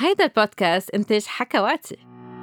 هيدا البودكاست إنتاج حكواتي.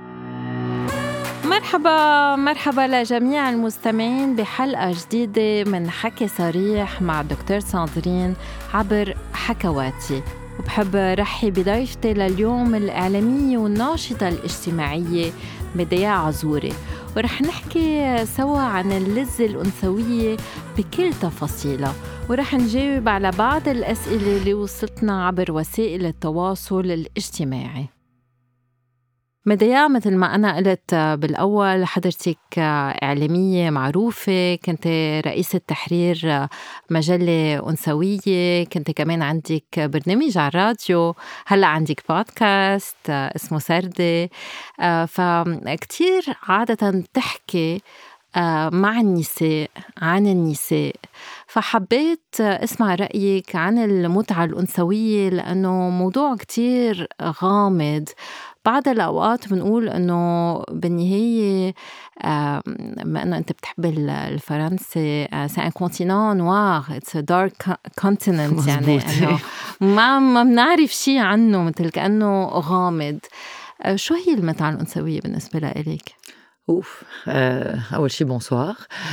مرحبا لجميع المستمعين بحلقة جديدة من حكي صريح مع دكتور ساندرين عبر حكواتي. وبحب رحب بضيفتي لليوم الإعلامية والناشطة الاجتماعية مدياع عزوري، ورح نحكي سوا عن اللذة الأنثوية بكل تفاصيلها، ورح نجاوب على بعض الأسئلة اللي وصلتنا عبر وسائل التواصل الاجتماعي. مدياع، مثل ما أنا قلت بالأول، حضرتك إعلامية معروفة، كنت رئيسة تحرير مجلة أنثوية، كنت كمان عندك برنامج على الراديو، هلأ عندك بودكاست اسمه سردة. فكتير عادة تحكي مع النساء عن النساء، فحبيت اسمع رأيك عن المتعة الأنثوية لأنه موضوع كتير غامض. بعض الأوقات بنقول أنه بالنهاية ما أنه أنت بتحب الفرنسي، c'est un continent noir, it's a dark continent، يعني أنه ما بنعرف شيء عنه، مثل كأنه غامض. شو هي المتعة الأنثوية بالنسبة لإليك؟ أول شي بونسوار.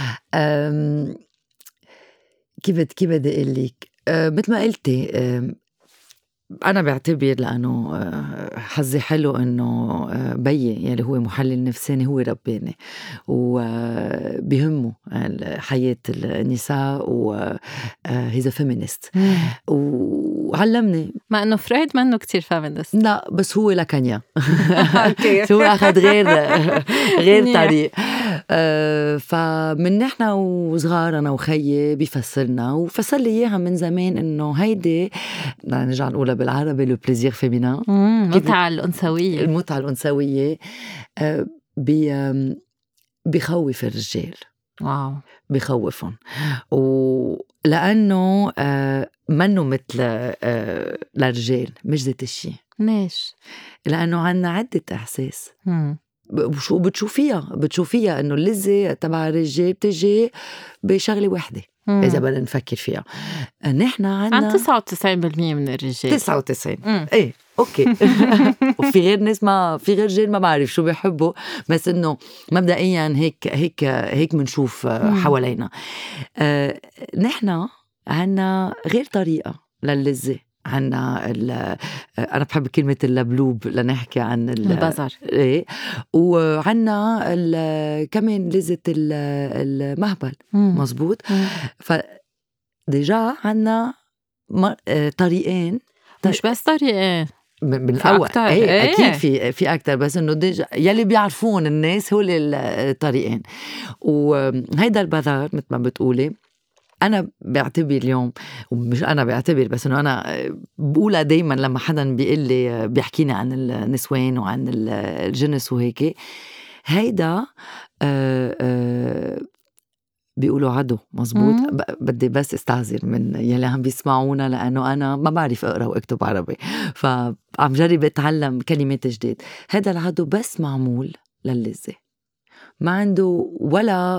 كيف بدي أقول لك، مثل ما قلتي، أنا بعتبر لأنه حظي حلو إنه بيي يلي هو محلل نفساني هو رباني وبيهمه حياة النساء he's a feminist وعلمني. مع إنه فرويد ما إنه كتير feminist، لا بس هو لاكانيا هو أخذ غير طريق. فمن نحنا وصغار أنا وخيي بيفسرنا وفسر لي إياها من زمان إنه هيدي نرجع نقولها بالعربي لو بليزير فيمينا، المتعة الأنثوية بيخوف الرجال. واو، بيخوفهم، ولأنه منه مثل للرجال، مش ذات الشيء. ليش؟ لأنه عنا عدة إحساس. وشو بتشوفيها إنه اللذة تبع الرجال بتجي بشغلة واحدة. إذا بدنا نفكر فيها، نحن عنا عن 99% من الرجال. 99 إيه أوكي. وفي غير ناس في غير رجال ما بعرف شو بيحبوا، بس إنه مبدئيا هيك منشوف حوالينا. نحن عنا غير طريقة للذة. عنا أنا بحب كلمة اللبلوب لنحكي عن البزر. إيه، وعنا كمان لذة المهبل. مزبوط. فديجا عنا طريقين، مش بس طريقين بالأول. إيه أكيد في أكتر، بس إنه ديجا يلي بيعرفون الناس هو الطريقين. وهيدا البذار مثل ما بتقولي، أنا بعتبر اليوم، ومش أنا بعتبر بس إنه أنا بقولها دايما لما حدا بيقول لي بيحكيني عن النسوان وعن الجنس وهيك، هيدا بيقولوا عدو. مزبوط. بدي بس استعذر من يلي عم بيسمعونا لأنه أنا ما بعرف أقرأ وأكتب عربي، فعم جرب أتعلم كلمات جديد. هذا العدو بس معمول للذة، ما عنده ولا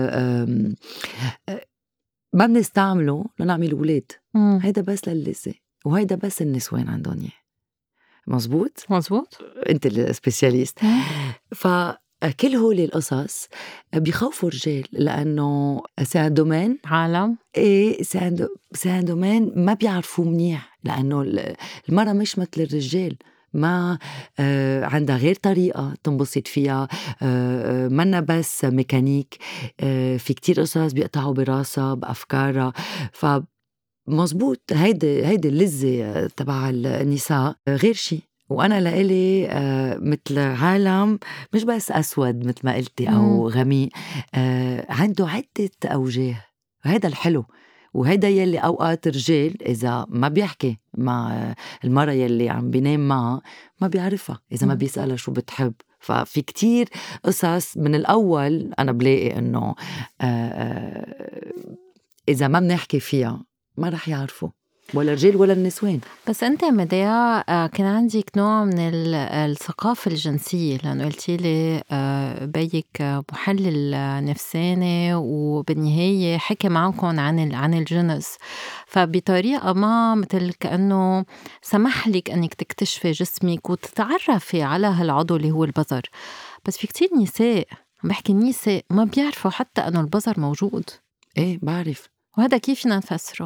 ما بنستعمله لنعمل ولاد. هيدا بس للذة، وهيدا بس النسوان عندهم إياه. مزبوط. أنت السبيسياليست. فكل هولي القصص بيخوفوا الرجال لأنه ساندومين عالم إيه ساندومين ما بيعرفوا منيح، لأنه المرأة مش مثل الرجال، ما عندها غير طريقة تنبسط فيها، منا بس ميكانيك، في كتير قصص بيقطعوا براسها بأفكارها. فمزبوط هيدي اللذة تبع النساء غير شي. وأنا لإلي مثل عالم مش بس أسود مثل ما قلتي أو غميق، عنده عدة أوجاه، وهيدا الحلو. وهيدا يلي أوقات رجال إذا ما بيحكي مع المرأة يلي عم بينام معها ما بيعرفها إذا ما بيسألها شو بتحب. ففي كتير قصص من الأول أنا بلاقي إنه إذا ما بنحكي فيها ما رح يعرفوا. ولا رجال ولا النسوان. بس أنت مديا كان عندك نوع من الثقافة الجنسية، لأنه قلتي لي بيك محلل نفساني وبالنهاية حكي معكم عن الجنس، فبطريقة ما مثل كأنه سمح لك أنك تكتشفي جسمك وتتعرفي على هالعضو اللي هو البظر. بس في كتير نساء، عم بحكي نساء، ما بيعرفوا حتى أنه البظر موجود. ايه بعرف. وهذا كيف فينا نفسره؟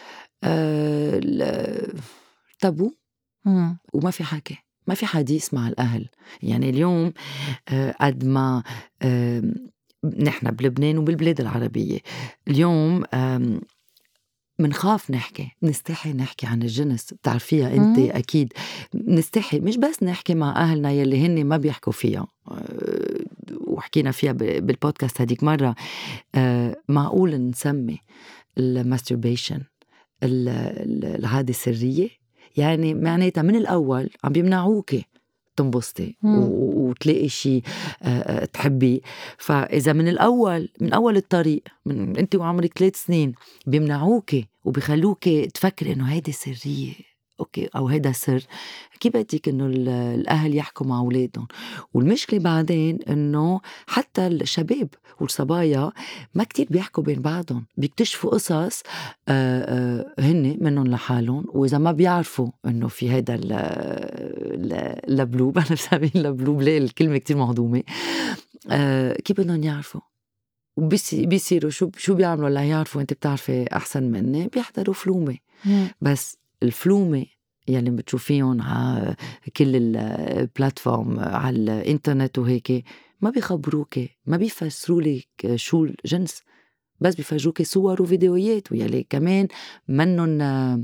تابو. وما في حكي، ما في حديث مع الأهل. يعني اليوم قد ما نحن بلبنان وبالبلاد العربية اليوم منخاف نحكي، نستحي نحكي عن الجنس. بتعرفيها انت اكيد، نستحي مش بس نحكي مع اهلنا يلي هن ما بيحكوا فيها، وحكينا فيها بالبودكاست هديك مرة. معقول نسمي الماستربيشن العادة السرية؟ يعني معناتها من الأول عم بيمنعوكي تنبسطي وتلاقي شيء تحبي. فإذا من أول الطريق، من أنت وعمرك 3 سنين بيمنعوكي وبيخلوكي تفكري إنه هيدي سرية أوكي أو هيدا سر، كيف بدك إنه الأهل يحكوا مع أولادهم؟ والمشكلة بعدين إنه حتى الشباب والصبايا ما كتير بيحكوا بين بعضهم، بيكتشفوا قصص هن منهم لحالهم، وإذا ما بيعرفوا إنه في هيدا اللبلوب، أنا بسميه اللبلوب ليه الكلمة كتير مهضومة، كيف بدهم يعرفوا؟ وبيصيروا شو بيعملوا لا يعرفوا؟ أنت بتعرفي أحسن مني، بيحضروا فلومة. بس الفلومة يلي بتشوفيهم على كل البلاتفورم على الانترنت وهيك، ما بيخبروك، ما بيفسرولك شو الجنس، بس بيفرجوك صور وفيديوهات، ويلي كمان منن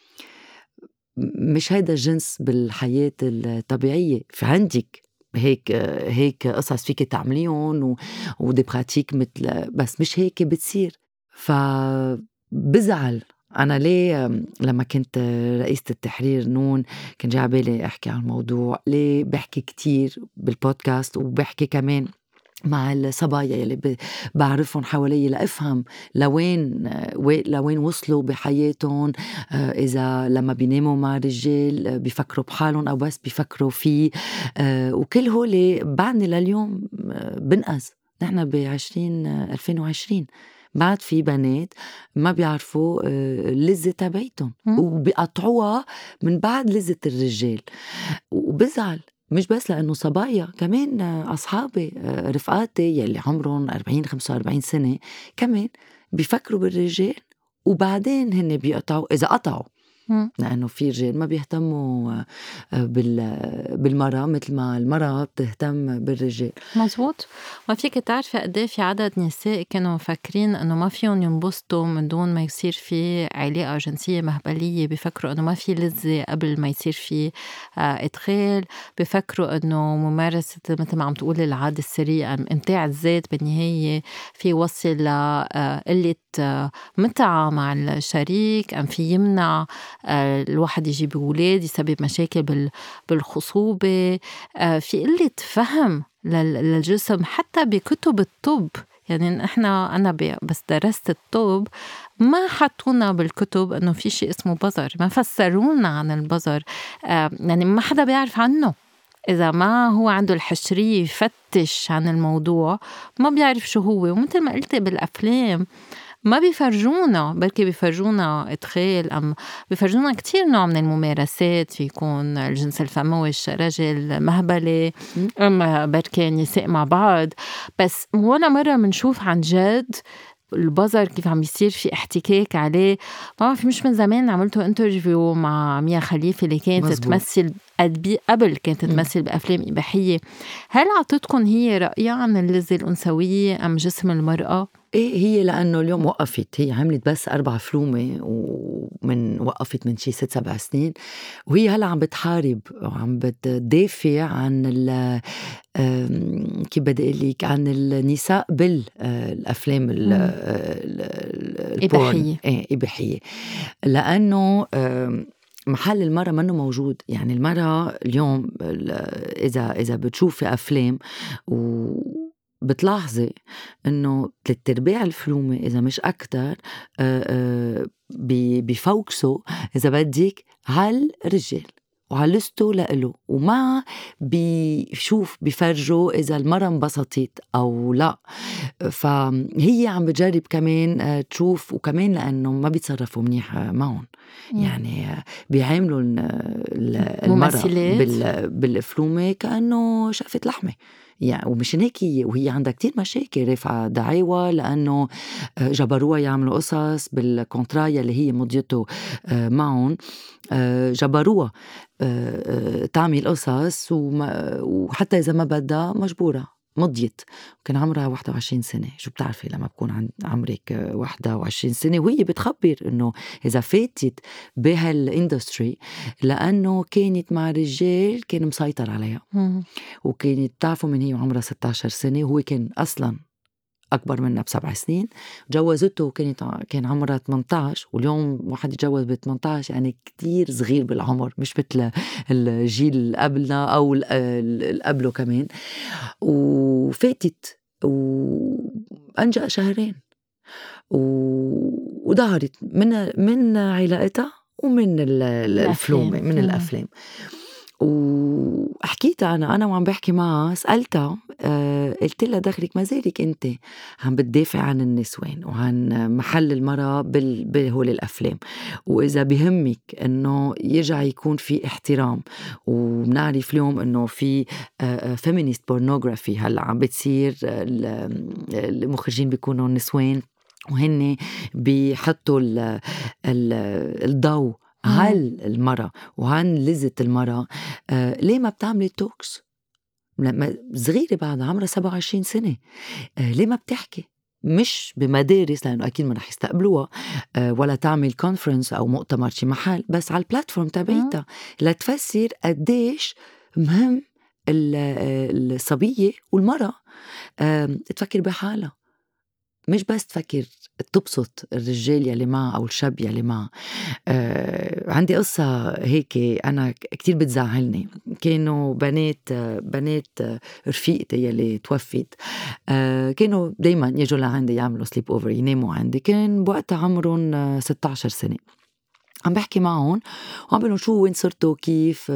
مش هيدا الجنس بالحياة الطبيعية. في عندك هيك قصص فيك تعمليهم ودي براتيك مثل، بس مش هيك بتصير. فبزعل أنا ليه لما كنت رئيسة التحرير نون كان جاي عبالي أحكي عن الموضوع، ليه بحكي كتير بالبودكاست وبحكي كمان مع الصبايا يلي بعرفهم حوالي لأفهم لوين وصلوا بحياتهم، إذا لما بيناموا مع رجال بيفكروا بحالهم أو بس بيفكروا فيه، وكل هولي بعدني لليوم بنقز. نحن 2020 بعد في بنات ما بيعرفوا اللذة تبعيتهم وبيقطعوها من بعد لذة الرجال، وبزعل مش بس لأنه صبايا، كمان أصحابي رفقاتي يلي عمرهم 40-45 سنة كمان بيفكروا بالرجال، وبعدين هن بيقطعوا إذا قطعوا، لأنه في رجال ما بيهتموا بالمرأة مثل ما المرأة بتهتم بالرجال. مزبوط. ما فيك تعرفي قديه في عدد نساء كانوا مفكرين أنه ما فيهم ينبسطوا من دون ما يصير في علاقة جنسية مهبلية، بيفكروا أنه ما في لذة قبل ما يصير في إدخال، بيفكروا أنه ممارسة مثل ما عم تقول العادة السرية إمتاع الذات بالنهاية في وصل لقلة متعة مع الشريك، أم في يمنع الواحد يجيب أولاد، يسبب مشاكل بالخصوبة، في قلة فهم للجسم حتى بكتب الطب. يعني أنا بس درست الطب ما حطونا بالكتب أنه في شيء اسمه بظر، ما فسرونا عن البظر، يعني ما حدا بيعرف عنه. إذا ما هو عنده الحشرية يفتش عن الموضوع ما بيعرف شو هو. ومثل ما قلت بالأفلام ما بيفرجونا، بركي بيفرجونا إدخال، أم بيفرجونا كتير نوع من الممارسات، في يكون الجنس الفموي، رجل مهبلة، أم بركي نساء مع بعض، بس ولا مرة منشوف عن جد البظر كيف عم يصير في احتكاك عليه. ما في، مش من زمان عملته انترفيو مع ميا خليفة اللي كانت تمثل قبل كانت تمثل بأفلام إباحية. هل عطتكم هي رأيها عن اللذة الأنثوية أم جسم المرأة؟ إيه هي لأنه اليوم وقفت، هي عملت بس 4 فلومة وقفت من شي 6-7 سنين، وهي هلأ عم بتحارب وعم بتدافع عن كيف بدي أقولك عن النساء بالأفلام إباحية. إباحية، لأنه محل المرأة منه موجود. يعني المرأة اليوم إذا بتشوفي أفلام بتلاحظي إنه 3/4 الفلومة إذا مش أكتر بيفوكسوا إذا بدك عالرجال وعالستو لإله، وما بيشوف بيفرجوا إذا المرأة انبسطت أو لا. فهي عم بتجرب كمان تشوف، وكمان لأنه ما بيتصرفوا منيح معهم. يعني بيعاملوا المرأة بالفلومة كأنه شقفة لحمة يعني. ومشان هيك وهي عندها كتير مشاكل رافعة دعاوى لأنه جبروها يعملوا قصص بالكونتراية اللي هي مضيته معهم، جبروها تعمل قصص وحتى إذا ما بدها مجبورة مضيت. كان عمرها 21 سنة. شو بتعرفي لما بكون عمرك 21 سنة وهي بتخبر إنه إذا فاتت بهالاندستري لأنه كانت مع رجال كان مسيطر عليها، وكانت تعرفوا من هي وعمرها 16 سنة وهو كان أصلاً أكبر منها ب7 سنين. جوزته كان عمرها 18، واليوم واحد يتجوز ب18 يعني كتير صغير بالعمر، مش مثل الجيل اللي قبلنا أو اللي كمان. وفاتت وأنجأ شهرين وظهرت من علاقتها ومن الفلومة من الأفلام. وحكيتها أنا وعم بحكي معها، سألتها قلت لها دخلك ما زالك أنت عم بتدافع عن النسوان وعن محل المرأة بهول الأفلام، وإذا بهمك أنه يرجع يكون في احترام. وبنعرف اليوم أنه في feminist pornography هلأ عم بتصير، المخرجين بيكونوا نسوان وهن بيحطوا الضوء هل المرأة وهن لذة المرأة. ليه ما بتعملي توكس؟ صغيرة بعد عمرها 27 سنة، ليه ما بتحكي؟ مش بمدارس لأنه أكيد ما رح يستقبلوها، ولا تعمل كونفرنس أو مؤتمر شي محل، بس على البلاتفورم تبعيتها لتفسر قديش مهم الصبية والمرأة تفكر بحالها، مش بس تفكر تبسط الرجال يلي معها أو الشاب يلي معها. عندي قصة هيك أنا كتير بتزعلني. كانوا بنات رفيقتي يلي توفت، كانوا دايما يجوا لعندي يعملوا سليب أوفر، يناموا عندي. كان بوقتها عمرهم 16 سنة. عم بحكي معهم وعم بقولهم شو وين صرتوا، كيف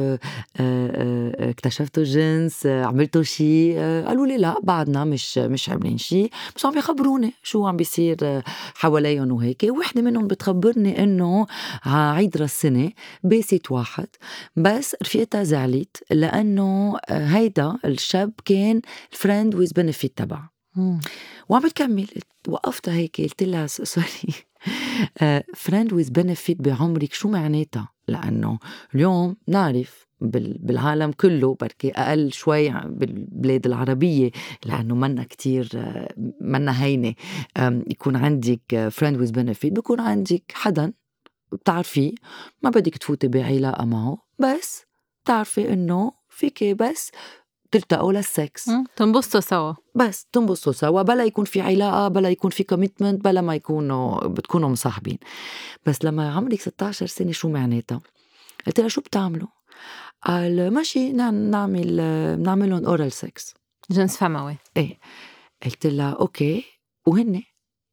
اكتشفتوا الجنس، عملتوا شي؟ قالوا لي لا بعدنا مش عاملين شي، بس عم بيخبروني شو عم بيصير حواليهم وهيك. وحدة منهم بتخبرني انه عيد راس السنة بيست واحد، بس رفيقتها زعلت لانه هيدا الشاب كان الفريند ويز بنفيت تبعه. وعم بتكمل. وقفتها هيك قلت لها سوري، فريند ويز بنفيت بعمرك شو معناتها؟ لأنه اليوم نعرف بالعالم كله، بركي أقل شوي بالبلاد العربية لأنه منا كتير منا هينة يكون عندك فريند ويز بنفيت. بيكون عندك حدا بتعرفيه ما بدك تفوتي بعلاقة معه، بس تعرفي إنه فيك بس تلتقوا للسكس، تنبسطوا سوا، بس تنبسطوا سوا، بلا يكون في علاقة، بلا يكون في كوميتمنت، بلا ما بتكونوا مصاحبين. بس لما عمرك 16 سنة شو معناتها؟ قلت لها شو بتعملوا؟ قال ماشي نعملهم اورال سكس، جنس فموي. ايه. قلت لها اوكي، وهن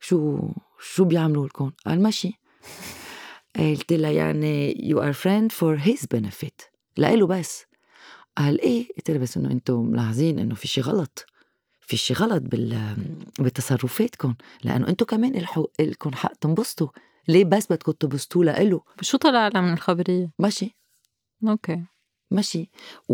شو بيعملوا لكم؟ قال ماشي. قلت لها يعني you are friend for his benefit، لإله بس. قال ايه. قلت له بس انه انتم ملاحظين انه في شي غلط بتصرفاتكم، لانه انتم كمان لكم حق تنبسطوا. ليه بس بدكم تنبسطوا لإله؟ شو طلع لها من الخبرية؟ ماشي اوكي ماشي.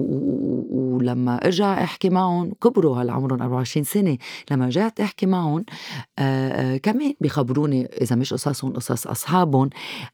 ولما ارجع احكي معهم، كبروا هلا عمرهم 24 سنة، لما رجعت احكي معهم كمان بيخبروني اذا مش قصصهم قصص اصحابهم.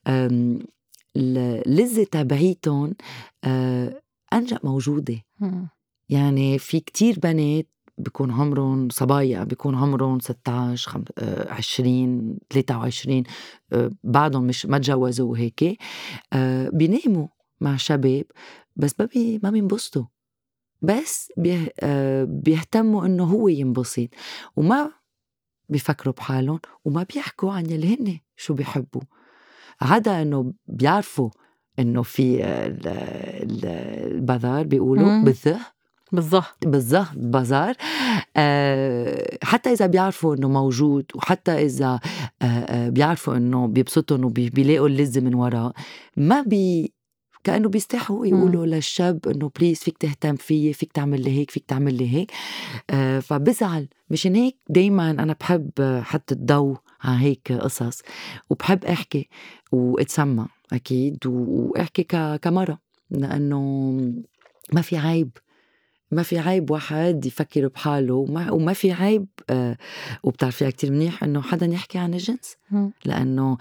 اللذة تبعيتهم أنجأ موجودة. يعني في كتير بنات بيكون عمرهم صبايا، بيكون عمرهم 16 20 23 بعدهم ما تجوزوا وهيك، بيناموا مع شباب بس ما بينبسطوا، بس بيهتموا انه هو ينبسط، وما بيفكروا بحالهم، وما بيحكوا عن اللي هن شو بيحبوا، عدا انه بيعرفوا انه في البازار بيقولوا بالزه بازار حتى إذا بيعرفوا إنه موجود، وحتى إذا بيعرفوا إنه بيبسطهم وبيلاقوا اللذة من وراء، ما كأنه بيستحوا يقولوا للشاب إنه بليز فيك تهتم فيي، فيك تعمل لي هيك، فيك تعمل لي هيك. فبزعل. مشان هيك دايما أنا بحب حط الضوء على هيك قصص، وبحب أحكي واتسمع أكيد، وأحكي كمرة، لأنه ما في عيب. ما في عيب واحد يفكر بحاله، وما في عيب وبتعرفيها كتير منيح إنه حدا يحكي عن الجنس، لأنه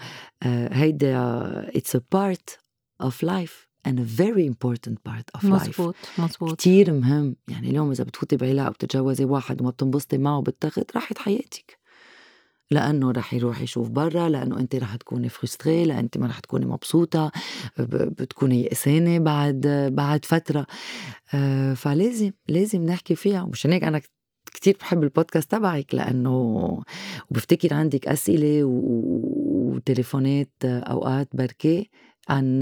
هيدا it's a part of life and a very important part of life. مزبوط. كتير مهم. يعني اليوم إذا بتفوتي بعلاقة وبتتجوزي واحد وما بتنبسطي معه بالتخت، راحت حياتك، لأنه رح يروح يشوف برا، لأنه أنت رح تكوني فرستري، لأن أنت ما رح تكوني بتكوني يأسانة بعد فترة. فلازم نحكي فيها. ومشان هيك أنا كتير بحب البودكاست تبعك، لأنه وبفتكر عندك أسئلة وتليفونات أوقات بركي عن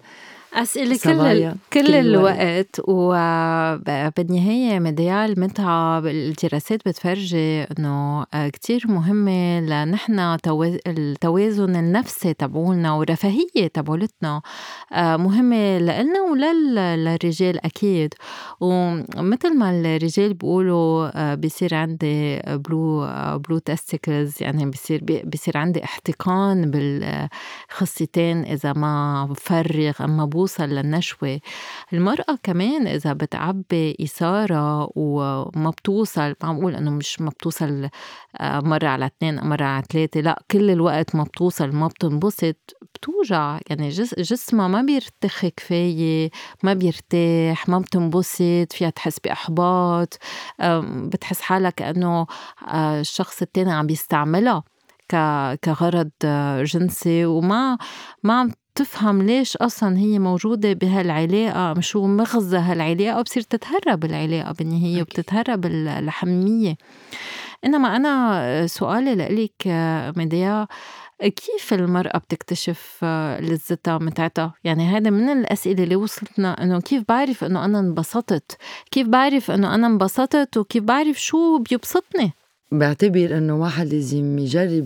أسئلة كل الوقت. وبالنهاية مديال المتعة الدراسات بتفرجي إنه كتير مهمة لنحن التوازن النفسي تبعولنا والرفاهية تبعولتنا مهمة لنا وللرجال أكيد. ومثل ما الرجال بيقولوا بيصير عندي بلو تستيكلز، يعني بيصير عندي احتقان بالخصيتين إذا ما بفرغ أما بوصل للنشوة. المرأة كمان إذا بتعبي إثارة وما بتوصل، ما بقول أنه مش ما بتوصل مرة على 2 مرة على 3، لا، كل الوقت ما بتوصل، ما بتنبسط، بتوجع. يعني جسمها ما بيرتخي كفاية، ما بيرتاح، ما بتنبسط، فيها تحس بإحباط، بتحس حالها كأنه الشخص التاني عم بيستعملها كغرض جنسي، وما عم تفهم ليش أصلاً هي موجودة بهالعلاقة، شو مغزى هالعلاقة، وبصير تتهرب العلاقة بالنهاية وبتتهرب الحمية. إنما أنا سؤالي لإلك مديا، كيف المرأة بتكتشف لذتها متعتها؟ يعني هذا من الأسئلة اللي وصلتنا، إنه كيف بعرف إنه أنا انبسطت، كيف بعرف إنه أنا انبسطت، وكيف بعرف شو بيبسطني. بعتبر إنه واحد لازم يجرب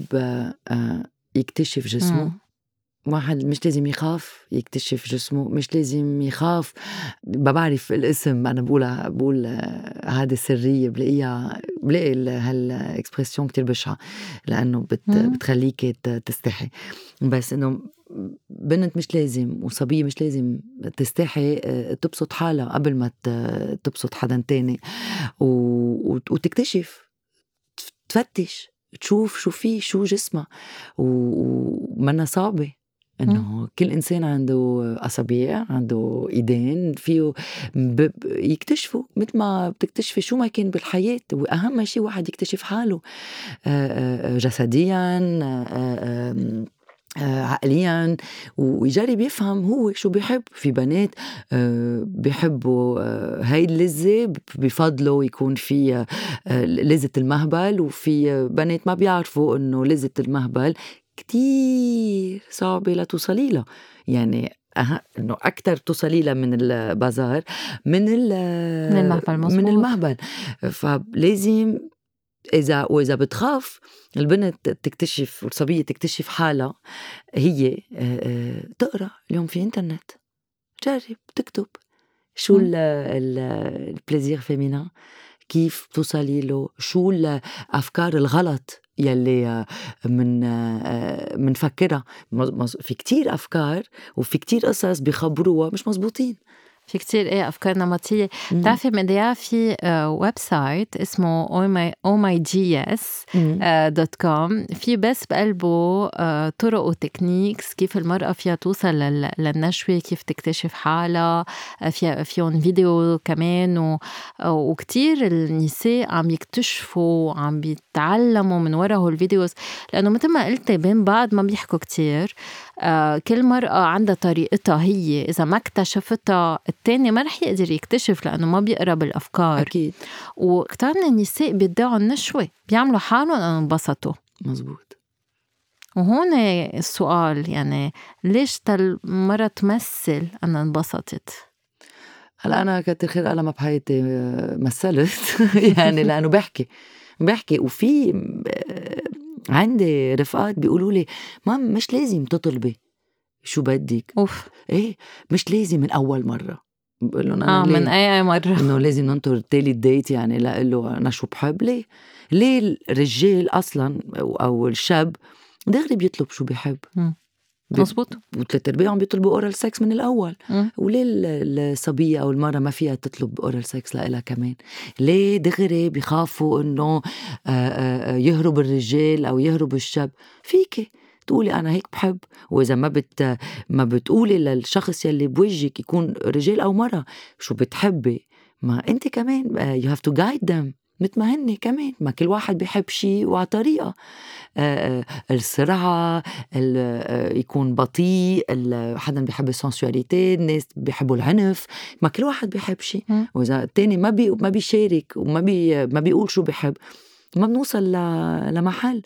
يكتشف جسمه. واحد مش لازم يخاف يكتشف جسمه، مش لازم يخاف. بعرف الاسم، أنا بقول هذا سرية، بلاقي هالإكسبرسيون كتير بشعة، لأنه بتخليك تستحي. بس إنه بنت مش لازم، وصبية مش لازم تستحي تبسط حالها قبل ما تبسط حدا تاني، وتكتشف، تفتش، تشوف شو فيه، شو جسمها. ومنا صعبة إنه كل إنسان عنده أصابع، عنده إيدين، فيه يكتشفوا مثل ما بتكتشفي شو ما كان بالحياة. وأهم شيء واحد يكتشف حاله جسديا، عقليا، ويجرب يفهم هو شو بيحب. في بنات بيحبوا هاي اللذة، بيفضلوا يكون في لذة المهبل، وفي بنات ما بيعرفوا إنه لذة المهبل كتير صعبة لا توصلي لها. يعني إنه أكتر توصلي لها من البازار من المهبل. فلازم إذا بتخاف البنت تكتشف، والصبية تكتشف حالها، هي تقرأ. اليوم في إنترنت، جرب تكتب شو البليزير فيمينا، كيف توصلي له، شو الأفكار الغلط يلي منفكرها. في كتير أفكار وفي كتير قصص بيخبروها مش مزبوطين. في كتير أفكار نمطية. تعرفي مديا في ويب سايت اسمه ohmygs.com، في بس بقلبه طرق وتكنيكس كيف المرأة فيها توصل للنشوة، كيف تكتشف حالها. فيهم فيديو كمان، وكتير النساء عم يكتشفوا، عم بيتعلموا من وراء الفيديوز، لأنه مثل ما قلتي بين بعض ما بيحكوا كتير. كل مرأة عندها طريقتها هي، إذا ما اكتشفتها التاني ما رح يقدر يكتشف، لأنه ما بيقرب الأفكار. أكيد. وكتار من النساء بيدعوا النشوة، بيعملوا حالهم أنهم انبسطوا. مزبوط. وهون السؤال، يعني ليش المرأة تمثل أنها انبسطت؟ هلا أنا كتر خير الله ما بحياتي مثلت يعني لأنه بحكي وفي عندي رفقات بيقولوا لي مام مش لازم تطلبي شو بدك. اوف. ايه مش لازم من أول مرة. بقول لهم أنا من ليه اي مرة إنه لازم ننطر تالي ديت يعني لأقول له أنا شو بحب. ليه الرجال أصلا أو الشاب دغري بيطلب شو بيحب. مزبوط. وثلاث ارباعهم بيطلبوا اورال سكس من الاول. مم. وليه الصبيه او المراه ما فيها تطلب اورال سكس لها كمان؟ ليه دغري بيخافوا انه يهرب الرجال او يهرب الشاب؟ فيكي تقولي انا هيك بحب، واذا ما بتقولي للشخص يلي بوجهك يكون رجال او مراه شو بتحبي، ما انت كمان you have to guide them مثل ما هن كمان. ما كل واحد بيحب شيء وعطريقة. السرعة، يكون بطيء، حدا بيحب السنسواليتي، الناس بيحبوا العنف. ما كل واحد بيحب شيء، وإذا التاني ما بيشارك وما ما بيقول شو بيحب ما بنوصل لمحل.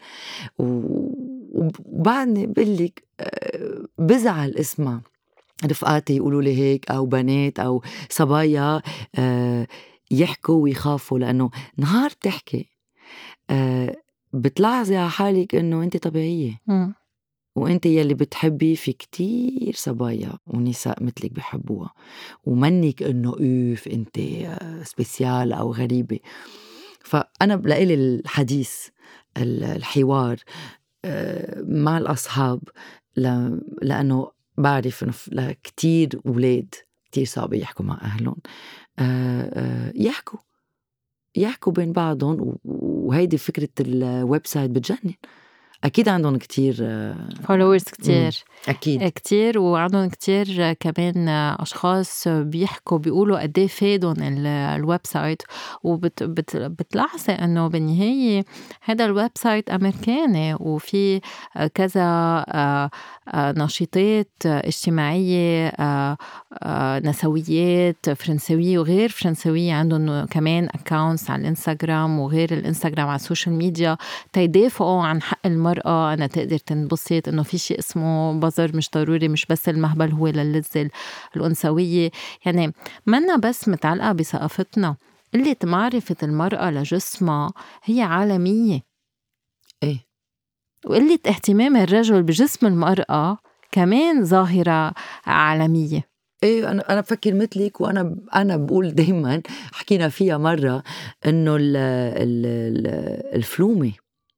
وبعدني بقلك بزعل اسمع رفقاتي يقولوا لي هيك أو بنات أو صبايا يحكوا ويخافوا، لأنه نهار بتحكي بتلاحظي على حالك إنه أنت طبيعية. وأنت يلي بتحبي في كتير صبايا ونساء مثلك بيحبوها، ومنك إنه أوف أنت سبيسيال أو غريبة. فأنا بلاقي الحديث الحوار مع الأصحاب لأنه بعرف إنه كتير أولاد كتير صعب يحكوا مع أهلهم. يحكوا بين بعضهم، وهيدي فكرة الويب سايت بتجنن. أكيد عندهم كتير فولورز كتير أكيد كتير، وعندهم كتير كمان أشخاص بيحكوا بيقولوا قديه فادهم الويب سايت. وبتلاحظي أنه بالنهاية هذا الويب سايت أمريكاني، وفي كذا نشاطات اجتماعية نسويات فرنسوية وغير فرنسوية عندهم كمان أكاونتس على الانستغرام وغير الانستغرام على السوشيال ميديا تيدافعوا عن حق المرأة أنا تقدر تنبسط، إنه في شيء اسمه بزر مش ضروري، مش بس المهبل هو للذة الأنثوية. يعني منا بس متعلقة بثقافتنا، قلة معرفة المرأة لجسمها هي عالمية. إيه، وقلة اهتمام الرجل بجسم المرأة كمان ظاهرة عالمية. ايه انا بفكر مثلك، وانا بقول دايما حكينا فيها مره انه الفلومه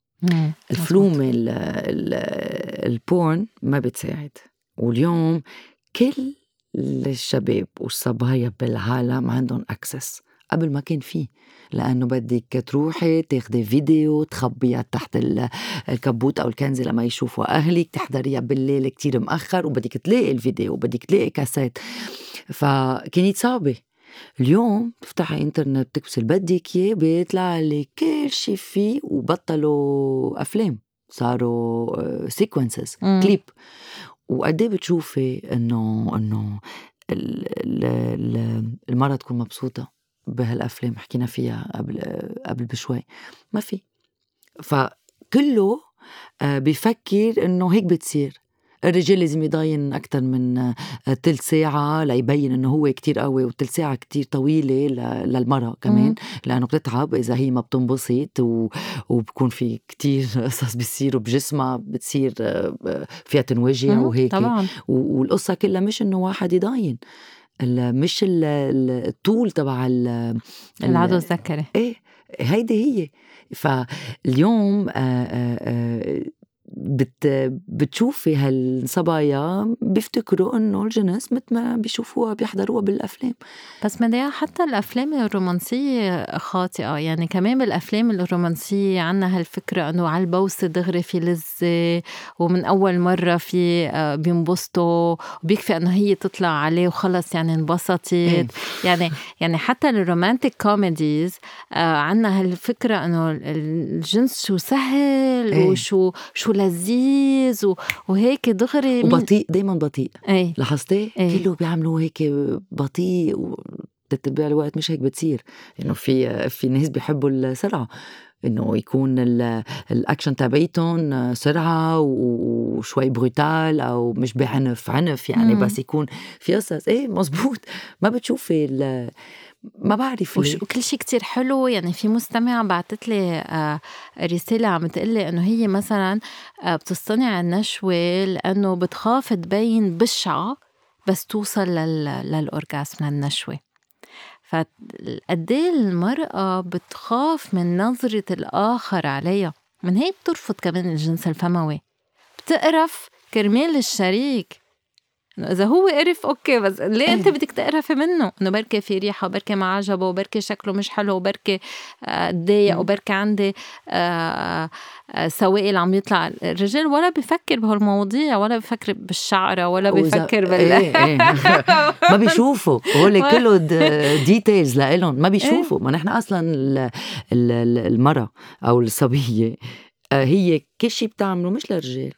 البورن ما بتساعد. واليوم كل الشباب والصبايا بالعالم عندهم اكسس قبل ما كان فيه، لأنه بدك تروحي تاخدي فيديو تخبيها تحت الكبوت أو الكنزة لما يشوفوا أهلك، تحضريها بالليل كتير مأخر وبدك تلاقي الفيديو وبدك تلاقي كاسيت. فكانت صعبة. اليوم تفتحي انترنت بتكبسي بدك اياه بيطلع لك كل شي فيه، وبطلوا أفلام صاروا سيكونسز كليب. وقديه بتشوفي إنه المرأة تكون مبسوطة بهالأفلام حكينا فيها قبل بشوي؟ ما في. فكله بيفكر إنه هيك بتصير. الرجال لازم يضاين أكتر من 3 ساعة ليبين إنه هو كتير قوي، و3 ساعة كتير طويلة للمرأة كمان، لأنه بتتعب إذا هي ما بتنبسط وبكون في كتير قصص بيصيروا بجسمها بتصير فيها تنوجع وهيك طبعاً. والقصة كلها مش إنه واحد يضاين، مش الطول تبع العضو الذكري. ايه هيدي هي. فاليوم بتشوفي هالصبايا بيفتكروا انه الجنس مثل ما بيشوفوها بيحضروها بالافلام. بس مديا حتى الافلام الرومانسيه خاطئه، يعني كمان بالافلام الرومانسيه عنا هالفكره انه على البوسه دغري في لذه ومن اول مره في بينبسطوا وبيكفي انه هي تطلع عليه وخلص يعني انبسطت. يعني حتى الرومانتيك كوميديز عنا هالفكره انه الجنس شو سهل وشو لذيذ وهيك دغري وبطيء، دايما بطيء. لاحظتي كله بيعملوا هيك بطيء وتتبع الوقت مش هيك بتصير. انه في ناس بيحبوا السرعه. إنه يكون الأكشن تبعيتهم سرعة وشوي بروتال أو مش عنف يعني بس يكون في قصص. إيه مزبوط. ما بتشوفي ما بعرف ليه. وكل شيء كتير حلو. يعني في مستمعة بعتت لي رسالة عم تقلي إنه هي مثلا بتصطنع النشوة لأنه بتخاف تبين بشعة بس توصل للأورجاسم للنشوة. فقديه المرأة بتخاف من نظرة الآخر عليها، من هي بترفض كمان الجنس الفموي، بتقرف كرمال الشريك. إذا هو قرف أوكي، بس ليه أنت بدك تقرفي منه؟ إنه بركي في ريحة، بركي ما عجبه، بركي شكله مش حلو، بركي ضايق، وبركي عندي سوائل عم يطلع. الرجال ولا بيفكر بهالمواضيع، ولا بيفكر بالشعرة، ولا بيفكر ما بيشوفوا هول كله ديتيلز لإلهم، ما بيشوفوا. ما نحن أصلا المرأة أو الصبية هي كل شيء بتعمله مش للرجال،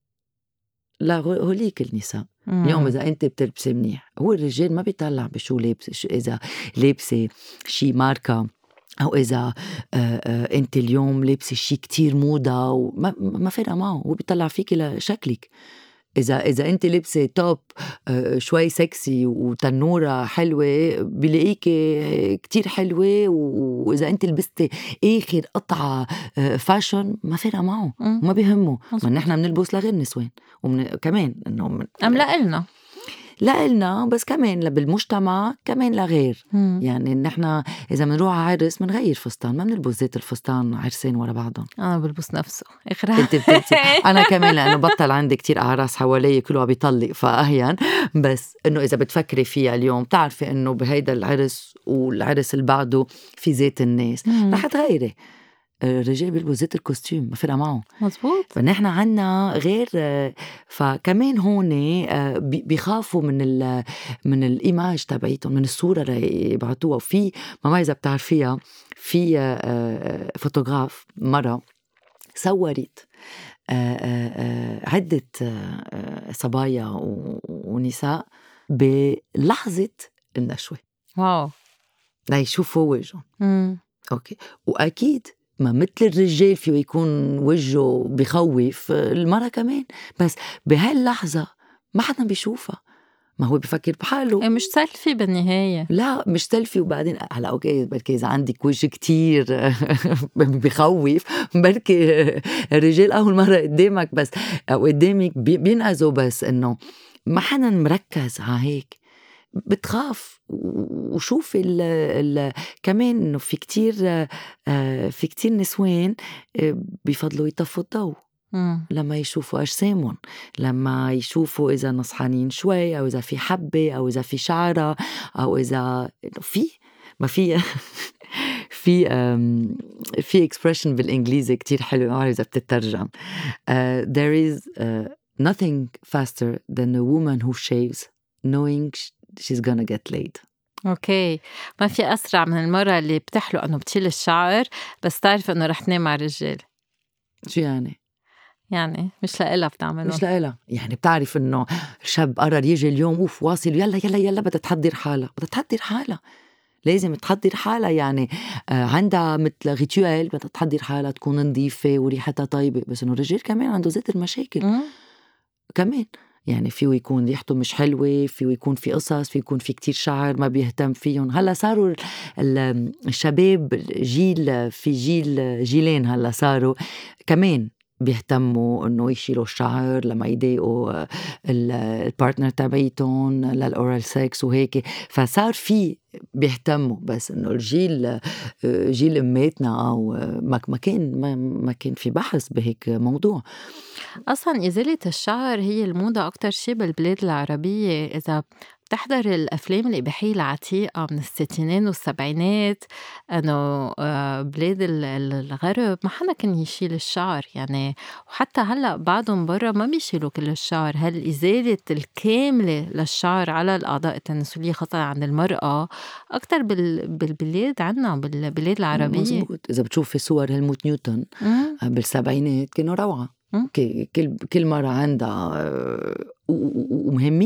لا هوليك النساء. اليوم إذا أنت بتلبسي منيح، هو الرجال ما بيطلع بشو لابسة، إذا لابسة شي ماركة أو إذا أنت اليوم لابسة شي كتير موضة ما فرق معه، هو بيطلع فيك لشكلك. إذا أنت لبسة توب شوي سكسي وتنورة حلوة بلاقيكي كتير حلوة، وإذا أنت لبستي آخر قطعة فاشن ما فرق معه، ما بيهمه. ما نحن بنلبس لغير نسوان كمان إنه لا إلنا بس كمان بالمجتمع كمان لغير. يعني نحن إذا منروح عرس منغير فستان، ما بنلبس زيت الفستان عرسين ورا بعضهم. أنا بلبس نفسه انت بتلبسي. أنا كمان لأنه بطل عندي كتير أعراس حوالي كله بيطلق فأهين. بس إنه إذا بتفكري فيها اليوم تعرفي إنه بهيدا العرس والعرس اللي بعده في زيت الناس رح تغيري. الرجال بيلبس زيت الكوستيوم ما فرق معه. مزبوط. فنحن عنا غير. فكمان هون بيخافوا من الإيماج تبعيتهم، من الصورة اللي يبعتوها. وفي ما بعرف إذا بتعرفيها، في فوتوغراف مرة صورت عدة صبايا ونساء بلحظة النشوة. واو. لا يشوفوا وجههم. أوكي. وأكيد ما مثل الرجال فيه يكون وجهه بخوف، المرأة كمان، بس بهاللحظة ما حدا بيشوفها. ما هو بيفكر بحاله. مش سيلفي بالنهاية. لا مش سيلفي. وبعدين هلا اوكي بركي اذا عندك وجه كتير بخوف بركي الرجال اول مرة قدامك بس او قدامك بينقذوا، بس انه ما حدا مركز على هيك بتخاف. وشوف كمان انه في كتير نسوان بيفضلوا يطفوا الضوء لما يشوفوا أجسامهم، لما يشوفوا إذا نصحانين شوي أو إذا في حبة أو إذا في شعرة أو إذا ما في في expression بالإنجليزي كتير حلو، ما أعرف إذا بتترجم. There is nothing faster than a woman who shaves knowing she's gonna get laid. اوكي. ما في أسرع من المرة اللي بتحلو أنه بتشيل الشعر بس تعرف أنه رح تنام مع الرجال. شو يعني مش لإلها بتعمله، مش لإلها. يعني بتعرف إنه شاب قرر يجي اليوم أوف واصل يلا بدها تحضر حالها، لازم تحضر حالها. يعني عندها مثل ريتوال، بدها تحضر حالها تكون نظيفة وريحتها طيبة. بس إنه الرجال كمان عنده زيت المشاكل كمان. يعني فيه يكون ريحته مش حلوة، فيه يكون في قصص، فيه يكون في كتير شعر ما بيهتم فيهم. هلا صاروا الشباب جيلين هلا صاروا كمان بيهتموا انه يشيلوا الشعر لما يضايقوا البارتنر تبعيتهم للأورال سكس وهيك. فصار في بيهتموا، بس انه الجيل جيل اماتنا او ما كان في بحث بهيك موضوع. أصلاً إزالة الشعر هي الموضة أكتر شي بالبلاد العربية. إذا بتحضر الأفلام الإباحية العتيقة من الستينات والسبعينات، أنه بلاد الغرب ما حدا كان يشيل الشعر يعني. وحتى هلأ بعضهم برا ما بيشيلوا كل الشعر. هالإزالة الكاملة للشعر على الأعضاء التناسلية خاصة عند المرأة أكتر بالبلاد عنا، بالبلاد العربية. مزبوط. إذا بتشوفي صور هلموت نيوتن بالسبعينات كانوا روعة. كل مرة عندها ومهمين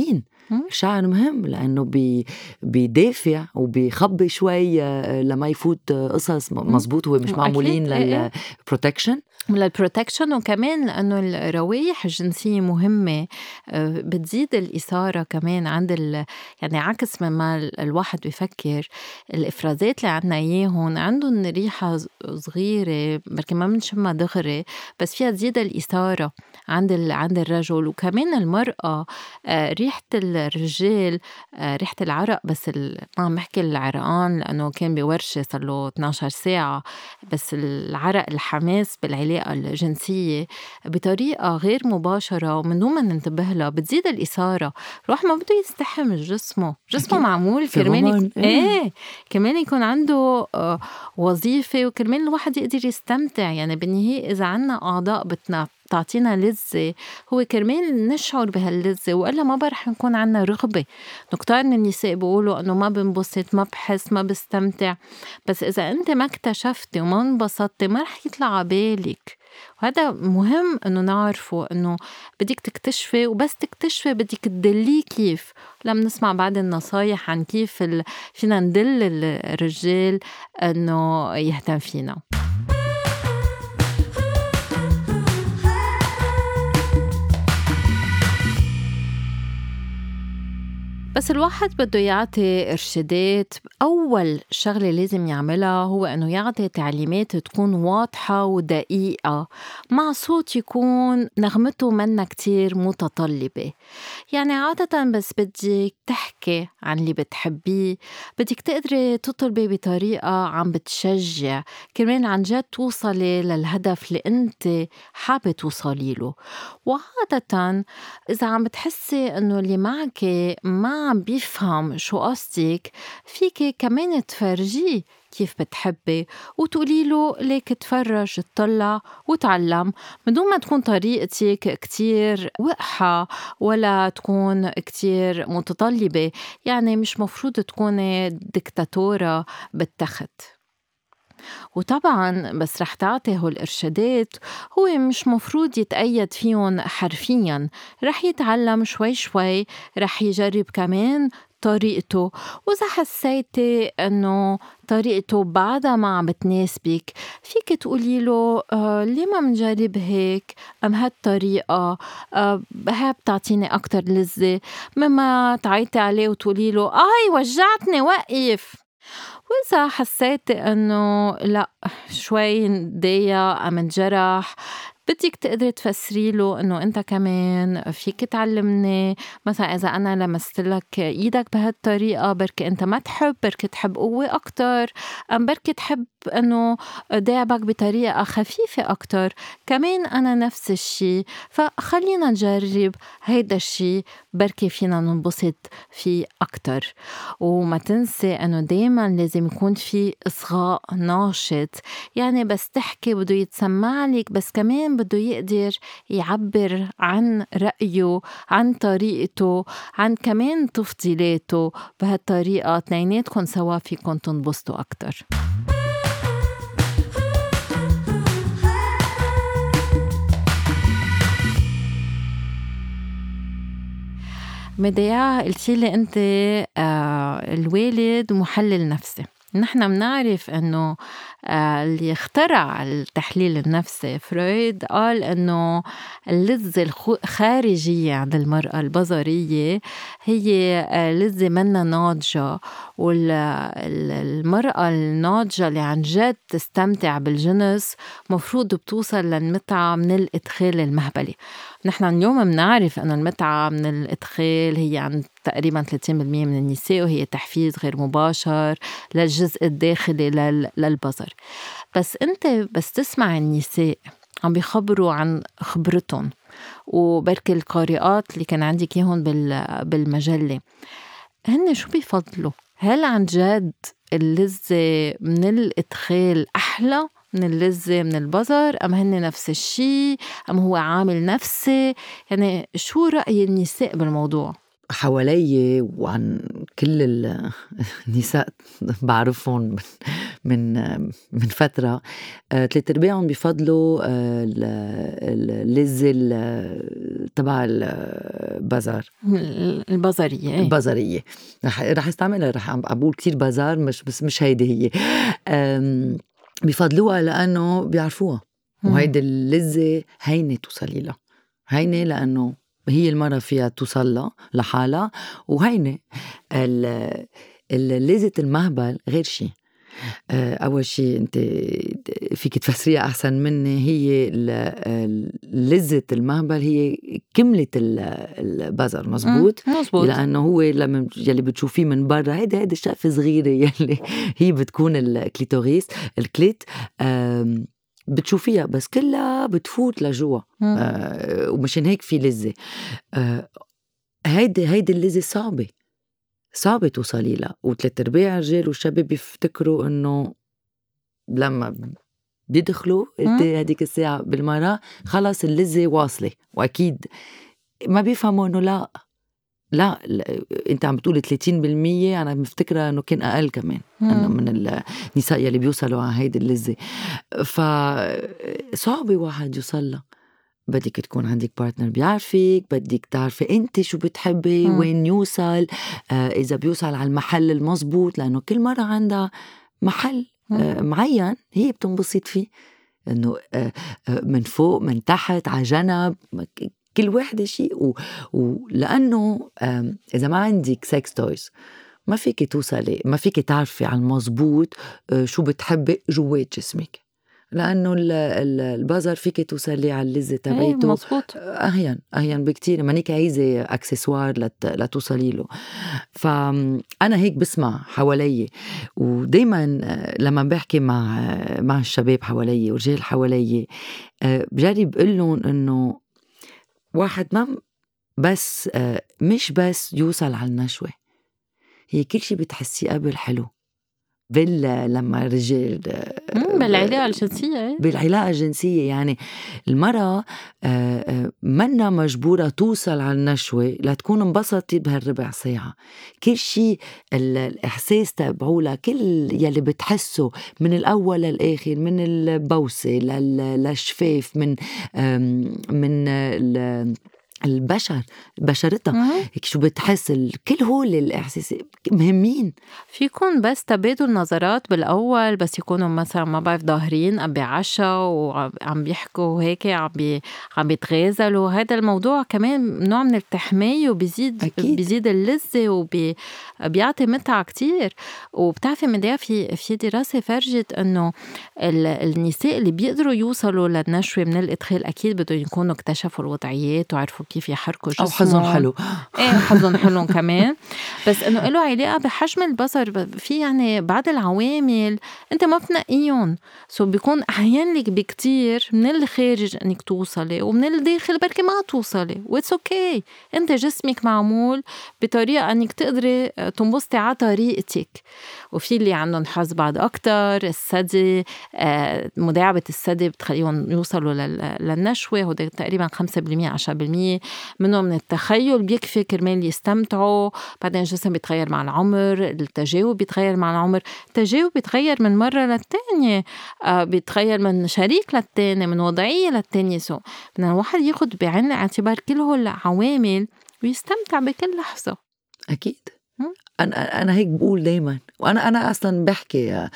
الشعر مهم لأنه بيدافع وبيخبي شوي لما يفوت قصص. مزبوط، هو مش معمولين للبروتكشن للبروتكشن، وكمان لأنه الروائح الجنسية مهمة، بتزيد الإثارة كمان عند يعني عكس ما الواحد بيفكر. الإفرازات اللي عنا إياهن عندهم ريحة صغيرة بركي ما بنشمها دغري، بس فيها تزيد الإثارة عند الرجل. وكمان المرأة ريحة الرجال ريحة العرق، بس ما عم بحكي العرقان لأنه كان بورشة صار له 12 ساعة، بس العرق الحماس بالعلاقة الجنسية بطريقة غير مباشرة ومن دون ما ننتبه لها بتزيد الإثارة. روح ما بده يستحم جسمه معمول كرمال كمان يكون عنده وظيفة، وكرمال الواحد يقدر يستمتع. يعني بالنهاية إذا عنا أعضاء تعطينا لذة، هو كرمال نشعر بهاللذة، وإلا ما برح نكون عنا رغبة. كتار من النساء بيقولوا أنه ما بنبسط، ما بحس، ما بستمتع. بس إذا أنت ما اكتشفتي وما انبسطتي ما رح يطلع عبالك. وهذا مهم أنه نعرفه، أنه بدك تكتشفي، وبس تكتشفي بدك تدليه كيف. لما نسمع بعض النصايح عن كيف فينا ندل الرجال أنه يهتم فينا. بس الواحد بده يعطي إرشادات. أول شغلة لازم يعملها هو أنه يعطي تعليمات تكون واضحة ودقيقة، مع صوت يكون نغمته منا كتير متطلبة. يعني عادة بس بدك تحكي عن اللي بتحبيه، بدك تقدري تطلبي بطريقة عم بتشجع، كمان عن جد توصلي للهدف اللي انت حابة توصلي له. وعادة إذا عم بتحسي أنه اللي معك ما عم بيفهم شو قصدك، فيك كمان تفرجيه كيف بتحبي وتقولي له ليك تفرج، تطلع وتعلم، من دون ما تكون طريقتك كتير وقحة ولا تكون كتير متطلبة. يعني مش مفروض تكوني دكتاتورة بالتخت. وطبعا بس رح تعطي هالإرشادات، هو مش مفروض يتأيد فيهم حرفيا، رح يتعلم شوي شوي، رح يجرب كمان طريقته. وإذا حسيتي أنه طريقته بعدها ما عم بتناسبك، فيك تقولي له ليه ما منجرب هيك، أم هالطريقة هي بتعطيني أكتر لذة، مما تعيطي عليه وتقولي له وجعتني وقف. وإذا حسيت أنه لا شوي ضيق أم انجرح، بدك تقدري تفسري له أنه أنت كمان فيك تعلمني. مثلا إذا أنا لمستلك إيدك بهالطريقة، بركي أنت ما تحب، بركي تحب قوة أكتر، أم بركي تحب أنه داعبك بطريقة خفيفة أكتر. كمان أنا نفس الشي، فخلينا نجرب هيدا الشي، بركي فينا ننبسط فيه أكتر. وما تنسي أنه دايما لازم يكون في إصغاء ناشط، يعني بس تحكي بده يتسمع لك، بس كمان بده يقدر يعبر عن رأيه، عن طريقته، عن كمان تفضيلاته. بهالطريقة اثنيناتكم سوا فيكم تنبسطوا أكتر. مديا قلتي لي أنت الوالد محلل نفسي. نحن منعرف أنه اللي اخترع التحليل النفسي فرويد قال أنه اللذة الخارجية عند المرأة البصرية هي لذة منا ناضجة، والمرأة الناضجة اللي عن جد تستمتع بالجنس مفروض بتوصل للمتعة من الإدخال المهبلي. نحن اليوم منعرف أن المتعة من الإدخال هي عند تقريبا 30% من النساء، وهي تحفيز غير مباشر للجزء الداخلي للبصر. بس أنت بس تسمع النساء عم بيخبروا عن خبرتهم، وبركي القارئات اللي كان عندك يهون بالمجلة، هن شو بيفضلوا؟ هل عن جد اللذة من الإدخال أحلى من اللذة من البصر، أم هن نفس الشي، أم هو عامل نفسي؟ يعني شو رأي النساء بالموضوع؟ حوالي وعن كل النساء بعرفهم من فترة 3/4 بيفضلوا اللذة تبع البازار البازارية. البازارية رح استعملها، رح أقول كتير بازار بس مش هيدي هي. بيفضلوها لأنه بيعرفوها، وهيدي اللذة هينة توصلي لها، هينة لأنه هي المرة فيها توصل لحالها وهينة. لذة المهبل غير شي. أول شي أنت فيك تفسريها أحسن مني، هي لذة المهبل هي كملة البزر. مزبوط. لأنه هو لما يلي بتشوفيه من برا هيدا الشقفة صغيرة يلي هي بتكون الكليتوريس الكليت، بتشوفيها بس كلها بتفوت لجوا. ومشان هيك في لذة. هيدي اللذة صعبة توصلي لها. و3/4 الرجال والشباب بيفتكروا انه لما بيدخلوا هديك الساعة بالمرة خلاص اللذة واصلة، واكيد ما بيفهموا انه لا انت عم بتقول 30%، انا مفتكرة انه كان اقل كمان انه من النساء يلي بيوصلوا على هيدي اللذة. فصعب واحد يوصلها. بدك تكون عندك بارتنر بيعرفك، بدك تعرفي انت شو بتحبي، وين يوصل، اذا بيوصل على المحل المزبوط، لانه كل مرة عندها محل معين هي بتنبسط فيه، انه من فوق من تحت على جنب كل واحدة شيء. ولأنه إذا ما عندك سكس تويز ما فيك توصلي، ما فيك تعرفي على المزبوط شو بتحبي جوات جسمك، لأنه البازر فيك توصلي على اللذة تبعيته أهين بكتير، مانيك عايزة أكسسوار لتوصلي له. فأنا هيك بسمع حوالي، ودايما لما بحكي مع الشباب حوالي ورجال حوالي بجرب قلن إنه واحد ما بس مش بس يوصل على النشوة، هي كل شي بتحسيه قبل حلو. لما الرجال بالعلاقة الجنسية يعني المرأة منا مجبورة توصل على النشوة لتكون انبسطت بهالربع ساعة. كل شيء الإحساس تبعولا، كل يلي بتحسه من الأول للآخر، من البوسة للشفاف، من البشر بشرتها هيك شو بتحس، كل هول الإحساس مهمين. فيكون بس تبادل نظرات بالأول، بس يكونوا مثلا ما بعرف ظاهرين أم بعشا وعم بيحكوا هيك عم بيتغازلوا. هذا الموضوع كمان نوع من التحمية وبيزيد اللذة وبيعطي متعة كتير. وبتعرفي من ده في دراسة فرجت أنه النساء اللي بيقدروا يوصلوا للنشوة من الإدخال أكيد بدهم يكونوا اكتشفوا الوضعيات وعرفوا كيف يحركوا جسمهم، أو حظهم حلو. حظهم حلو كمان. بس إنه له علاقة بحجم البصر، في يعني بعض العوامل أنت ما بتنقيهم، بيكون أحيان لك بكتير من الخارج إنك توصلي، ومن الداخل بركي ما توصلي، وإتس أوكي. أنت جسمك معمول بطريقة إنك تقدري تنبسطي على طريقتك. وفي اللي عندهم حظ بعد أكتر، الثدي، مداعبة الثدي بتخليهم يوصلوا للنشوة. هو تقريبا 5% 10% منهم من التخيل بيكفي كرمال يستمتعوا. بعدين الجسم بيتغير مع العمر، التجاوب بيتغير مع العمر، التجاوب بيتغير من مرة للتانية، بيتغير من شريك للتاني، من وضعية للتانية. بدنا الواحد ياخد بعين الاعتبار كل هول العوامل ويستمتع بكل لحظة. أكيد. أنا هيك بقول دايما، وأنا أصلا بحكي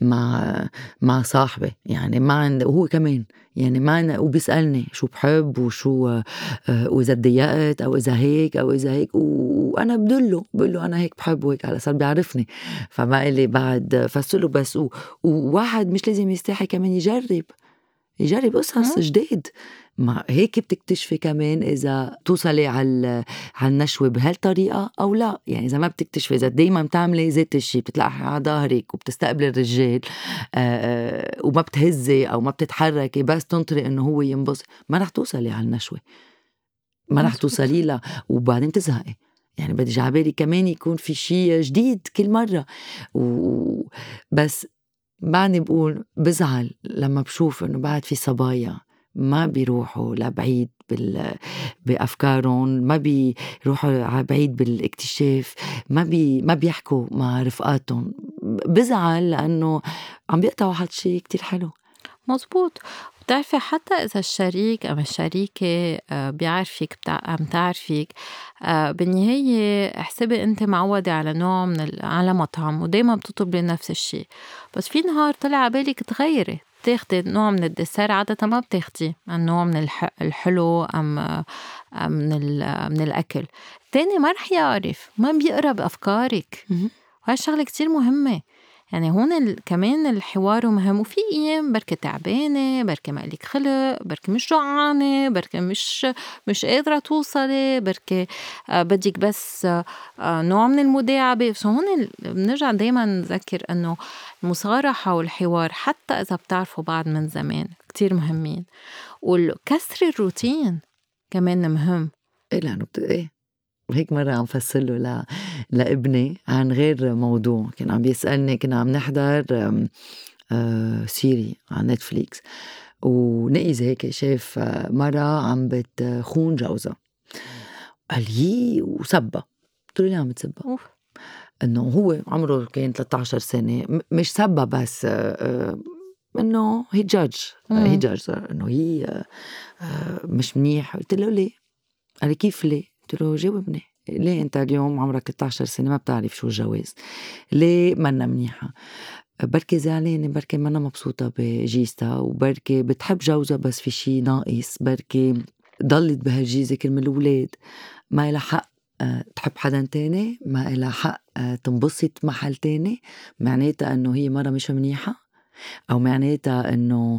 مع صاحبي يعني وهو كمان يعني وبيسألني شو بحب وشو وإذا ضيقت أو إذا هيك وأنا بقول له أنا هيك بحب وهيك، على صار بيعرفني. فما إلي بعد فسله بس وواحد مش لازم يستحي كمان يجرب قصص جديد. ما هيك بتكتشفي كمان إذا توصلي على النشوة بهالطريقة أو لا. يعني إذا ما بتكتشفي، إذا دايما بتعملي ذات الشيء، بتتلقحي على ظهرك وبتستقبل الرجال وما بتهزي أو ما بتتحركي بس تنطري إنه هو ينبسط، ما رح توصلي على النشوة، ما رح توصلي لها، وبعدين تزهقي. يعني بدي جعبالي كمان يكون في شيء جديد كل مرة. بس بعدني بقول بزعل لما بشوف إنه بعد في صبايا ما بيروحوا لبعيد بأفكارهم، ما بيروحوا بعيد بالاكتشاف، ما بيحكوا مع رفقاتهم. بزعل لأنه عم بيقطعوا هاد شي كتير حلو. مزبوط. بتعرفي حتى إذا الشريك أو الشريكة بيعرفك عم تعرفك، بالنهاية احسبي أنت معودة على نوع على مطعم ودايما بتطلبي نفس الشي، بس في نهار طلع عبالك تغيري تاخدي نوع من الدسر عادة ما بتاخدي النوع من الحلو أم من الأكل تاني ما رح يعرف، ما بيقرب أفكارك. وهي الشغلة كتير مهمة. يعني هون كمان الحوار مهم. وفي أيام بركة تعبانة، بركة مالك خلق، بركة مش جوعانة، بركة مش قادرة توصلي، بركة بدك بس نوع من المداعبة. بس هون بنرجع دايما نذكر أنه المصارحة والحوار حتى إذا بتعرفوا بعض من زمان كتير مهمين. والكسر الروتين كمان مهم. إيه لأنه هيك مرة عم فسله لابني عن غير موضوع، كان عم بيسألني، كنا عم نحضر سيري على نتفليكس، ونقيز هيك شاف مرة عم بتخون جوزها، قال يي وسبة. قلت له ليه عم بتسبة؟ انه هو عمره كان 13 سنة، مش سبة بس انه هي جادج انه هي مش منيح. قلت له ليه؟ قال لي كيف ليه؟ قلت له جاوبني، ليه انت اليوم عمرك 13 سنة ما بتعرف شو الجواز؟ ليه منا منيحة؟ بركي زعلانة، بركي منا مبسوطة بجيزتها، وبركي بتحب جوزها بس في شي ناقص، بركي ضلت بهالجيزة كرمال الولاد، ما إلها حق تحب حدا تاني، ما إلها حق تنبسط محل تاني. معناتها انه هي مرة مش منيحة، او معناتها انه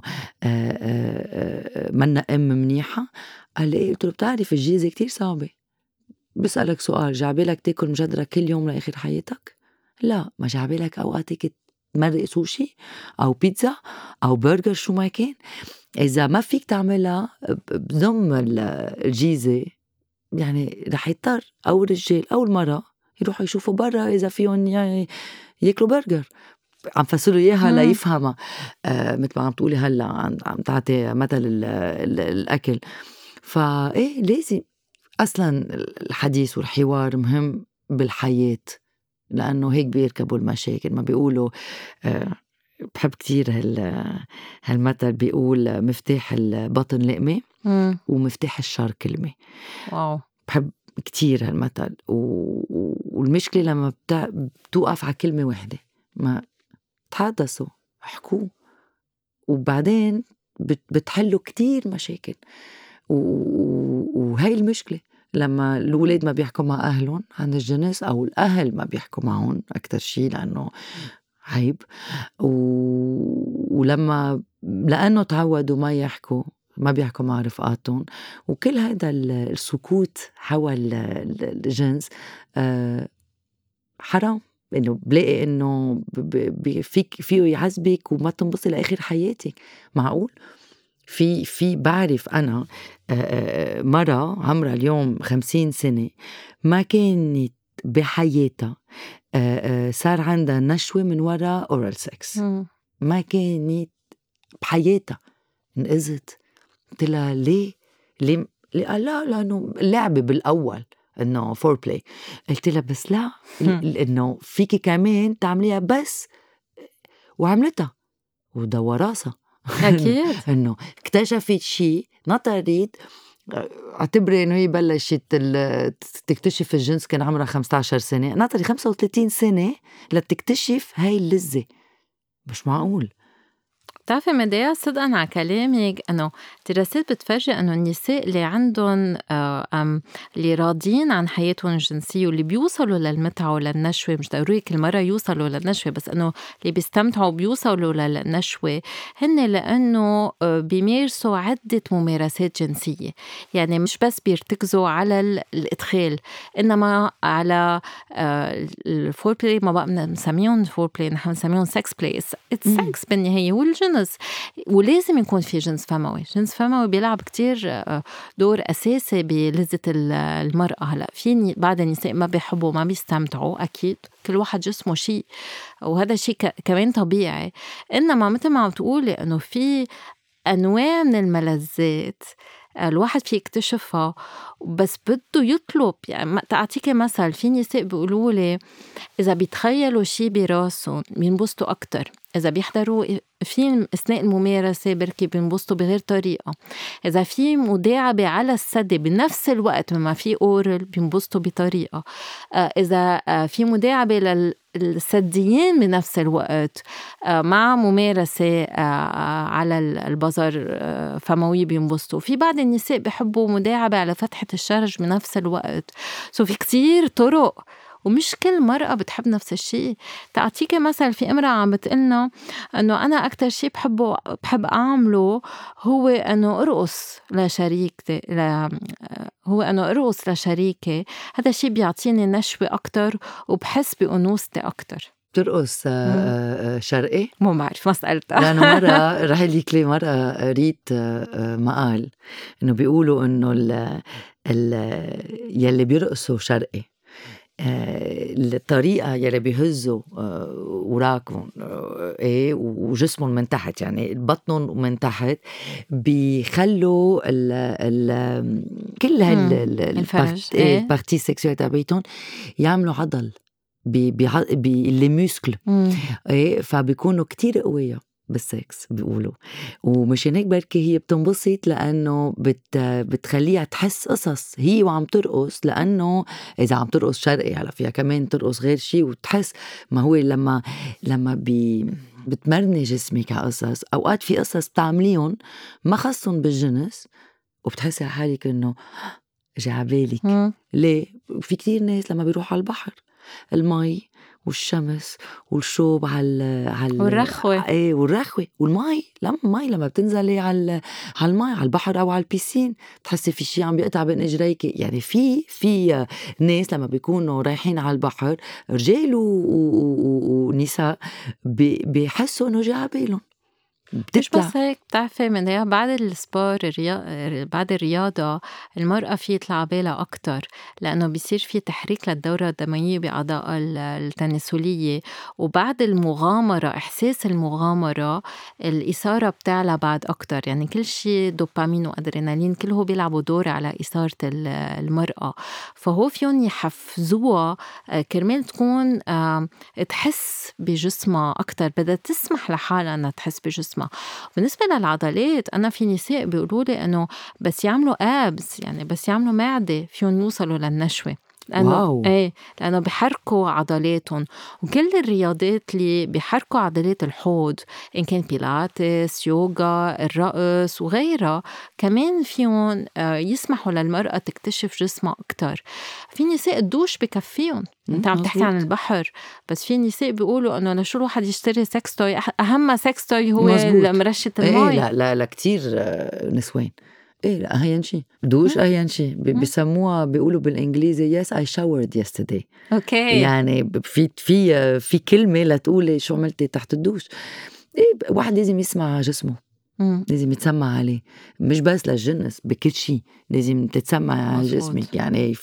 منا ام منيحة. قال لي قلت له بتعرف الجيزة كتير صعبة. بسألك سؤال، جعبالك تاكل مجدرة كل يوم لآخر حياتك؟ لا. ما جعبالك أوقاتك تمرق سوشي أو بيتزا أو برجر شو ما كان؟ إذا ما فيك تعملها بضم الجيزة، يعني رح يضطر أو الرجال أو المرأة يروحوا يشوفوا برا إذا فيهم ياكلوا برجر. عم فسروا إياها ليفهمها. مثل ما عم تقولي هلا عم تعطي مثل الأكل. فإيه لازم أصلاً الحديث والحوار مهم بالحياة، لأنه هيك بيركبوا المشاكل. ما بيقولوا بحب كتير هالمثل بيقول مفتاح البطن لقمة ومفتاح الشر كلمة. واو. بحب كتير هالمثل. والمشكلة لما بتوقف على كلمة واحدة، ما تحدثوا احكوا، وبعدين بتحلوا كتير مشاكل. وهي المشكلة لما الولاد ما بيحكوا مع أهلهم عن الجنس، أو الأهل ما بيحكوا معهم أكتر شي لأنه عيب. لأنه تعودوا ما يحكوا، ما بيحكوا مع رفقاتهم. وكل هذا السكوت حول الجنس حرام. إنه بلاقي إنه فيه يعذبك وما تنبسط لآخر حياتك. معقول؟ في بعرف أنا مرة عمرها اليوم 50 سنة ما كانت بحياتها صار عندها نشوة من وراء أورال سكس. ما كانت بحياتها. انقذت. قلت لها ليه؟ قال لا لأنه اللعبة بالأول إنه فور بلاي. قلت لها بس لا إنه فيكي كمان تعمليها بس. وعملتها وده راسها. أكيد. إنه اكتشفت شيء نطريت. اعتبري إنه هي بلشت تكتشف الجنس كان عمرها 15 سنة، نطري 35 سنة لتكتشف هاي اللذة. مش معقول. بتعرفي مديا صدقاً على كلامك أنه دراسات بتفرجي أنه النساء اللي عندهم اللي راضين عن حياتهم الجنسية واللي بيوصلوا للمتعة وللنشوة، مش ضروري كل مرة يوصلوا للنشوة، بس أنه اللي بيستمتعوا بيوصلوا للنشوة هن لأنه بيمارسوا عدة ممارسات جنسية. يعني مش بس بيرتكزوا على الإدخال، إنما على الفور بلاي. ما بقى نسميهم فور بلاي، نحن نسميهم سكس بلاي. السكس بالنهاية والجنس، ولازم يكون في جنس فموي. جنس فموي بيلعب كتير دور أساسي بلذة المرأة. هلأ في بعض النساء ما بيحبوا ما بيستمتعوا، أكيد كل واحد جسمه شيء، وهذا شيء كمان طبيعي. إنما مثل ما عم تقولي أنه في أنواع من الملذات الواحد في يكتشفها، بس بده يطلب. يعني تعطيك مثل، في نساء بيقولوا لي إذا بيتخيلوا شي براسهم بينبسطوا أكتر، إذا بيحضروا فيلم أثناء الممارسة بركي بينبسطوا بغير طريقة، إذا في مداعبة على الثدي بنفس الوقت ما في أورال بينبسطوا بطريقة، إذا في مداعبة للثديين بنفس الوقت مع ممارسة على البظر فموي بينبسطوا. في بعض النساء بيحبوا مداعبة على فتحة الشرج بنفس الوقت. في كتير طرق، ومش كل مرأة بتحب نفس الشيء. تعطيك مثل، في امرأة عم بتقلنا أنه أنا أكتر شيء بحب أعمله هو أنه أرقص لشريكتي، هو أنه أرقص لشريكي. هذا الشيء بيعطيني نشوة أكتر وبحس بأنوثتي أكتر. بترقص شرقي؟ مو بعرف، ما سألتها. لأنه مرة رح ليك لي مرة قريت مقال إنه بيقولوا إنه يلي بيرقصوا شرقي الطريقة يلي بيهزوا وراكم ايه وجسمهم من تحت، يعني بطنهم من تحت، بيخلوا كل الفرج البارتي سيكسوال تبعيتهم يعملوا عضل باللي موسكل ايه، فبيكونوا كتير قوية بالسكس بيقولوا. ومشان هيك بركي هي بتنبسط لأنه بتخليها تحس قصص هي وعم ترقص، لأنه إذا عم ترقص شرقي هلا فيها كمان ترقص غير شي وتحس. ما هو لما بتمرني جسمك على قصص، أوقات في قصص بتعمليهم ما خصن بالجنس وبتحسي على حالك إنه جعبالك. ليه؟ في كتير ناس لما بيروح على البحر، المي والشمس والشوب والرخوة ايه والرخوة والمي، لما بتنزلي على المي على البحر او على البيسين بتحسي في شيء عم بيقطع بين اجريك. يعني في ناس لما بيكونوا رايحين على البحر، رجال ونساء بيحسوا انه جا عبالهم. مش بس هيك، بتعرفي من بعد السبور بعد الرياضة المرأة في يطلع بالها أكتر، لأنه بيصير في تحريك للدورة الدموية بأعضاء التناسلية. وبعد المغامرة، إحساس المغامرة، الإثارة بتعلى بعد أكتر. يعني كل شيء دوبامين وأدرينالين كله بيلعبوا دور على إثارة المرأة. فهو فيهم يحفزوها كرمال تكون تحس بجسمها أكتر، بدها تسمح لحالها أنها تحس بجسمها. بالنسبة للعضلات، أنا في نساء بيقولوا لي أنه بس يعملوا أبز، يعني بس يعملوا معدة فيهم يوصلوا للنشوة، لأنه بيحركوا عضلاتهم. وكل الرياضات اللي بيحركوا عضلات الحوض، إن كان بيلاتس، يوغا، الرقص وغيرها، كمان فيهم يسمحوا للمرأة تكتشف جسمها أكتر. في نساء الدوش بكفيهم. انت عم تحكي عن البحر، بس في نساء بيقولوا انه لشو الواحد يشتري سكس توي، اهم سكس توي هو مرشة الماء. لا كتير نسوان لا أهين شي دوش أهين شي بيسموها، بيقولوا بالإنجليزي yes I showered yesterday. أوكي. يعني في كلمة لتقولي شو عملتي تحت الدوش. واحد لازم يسمع جسمه، لازم يتسمع عليه، مش بس للجنس، بكل شي لازم تتسمع على جسمك. يعني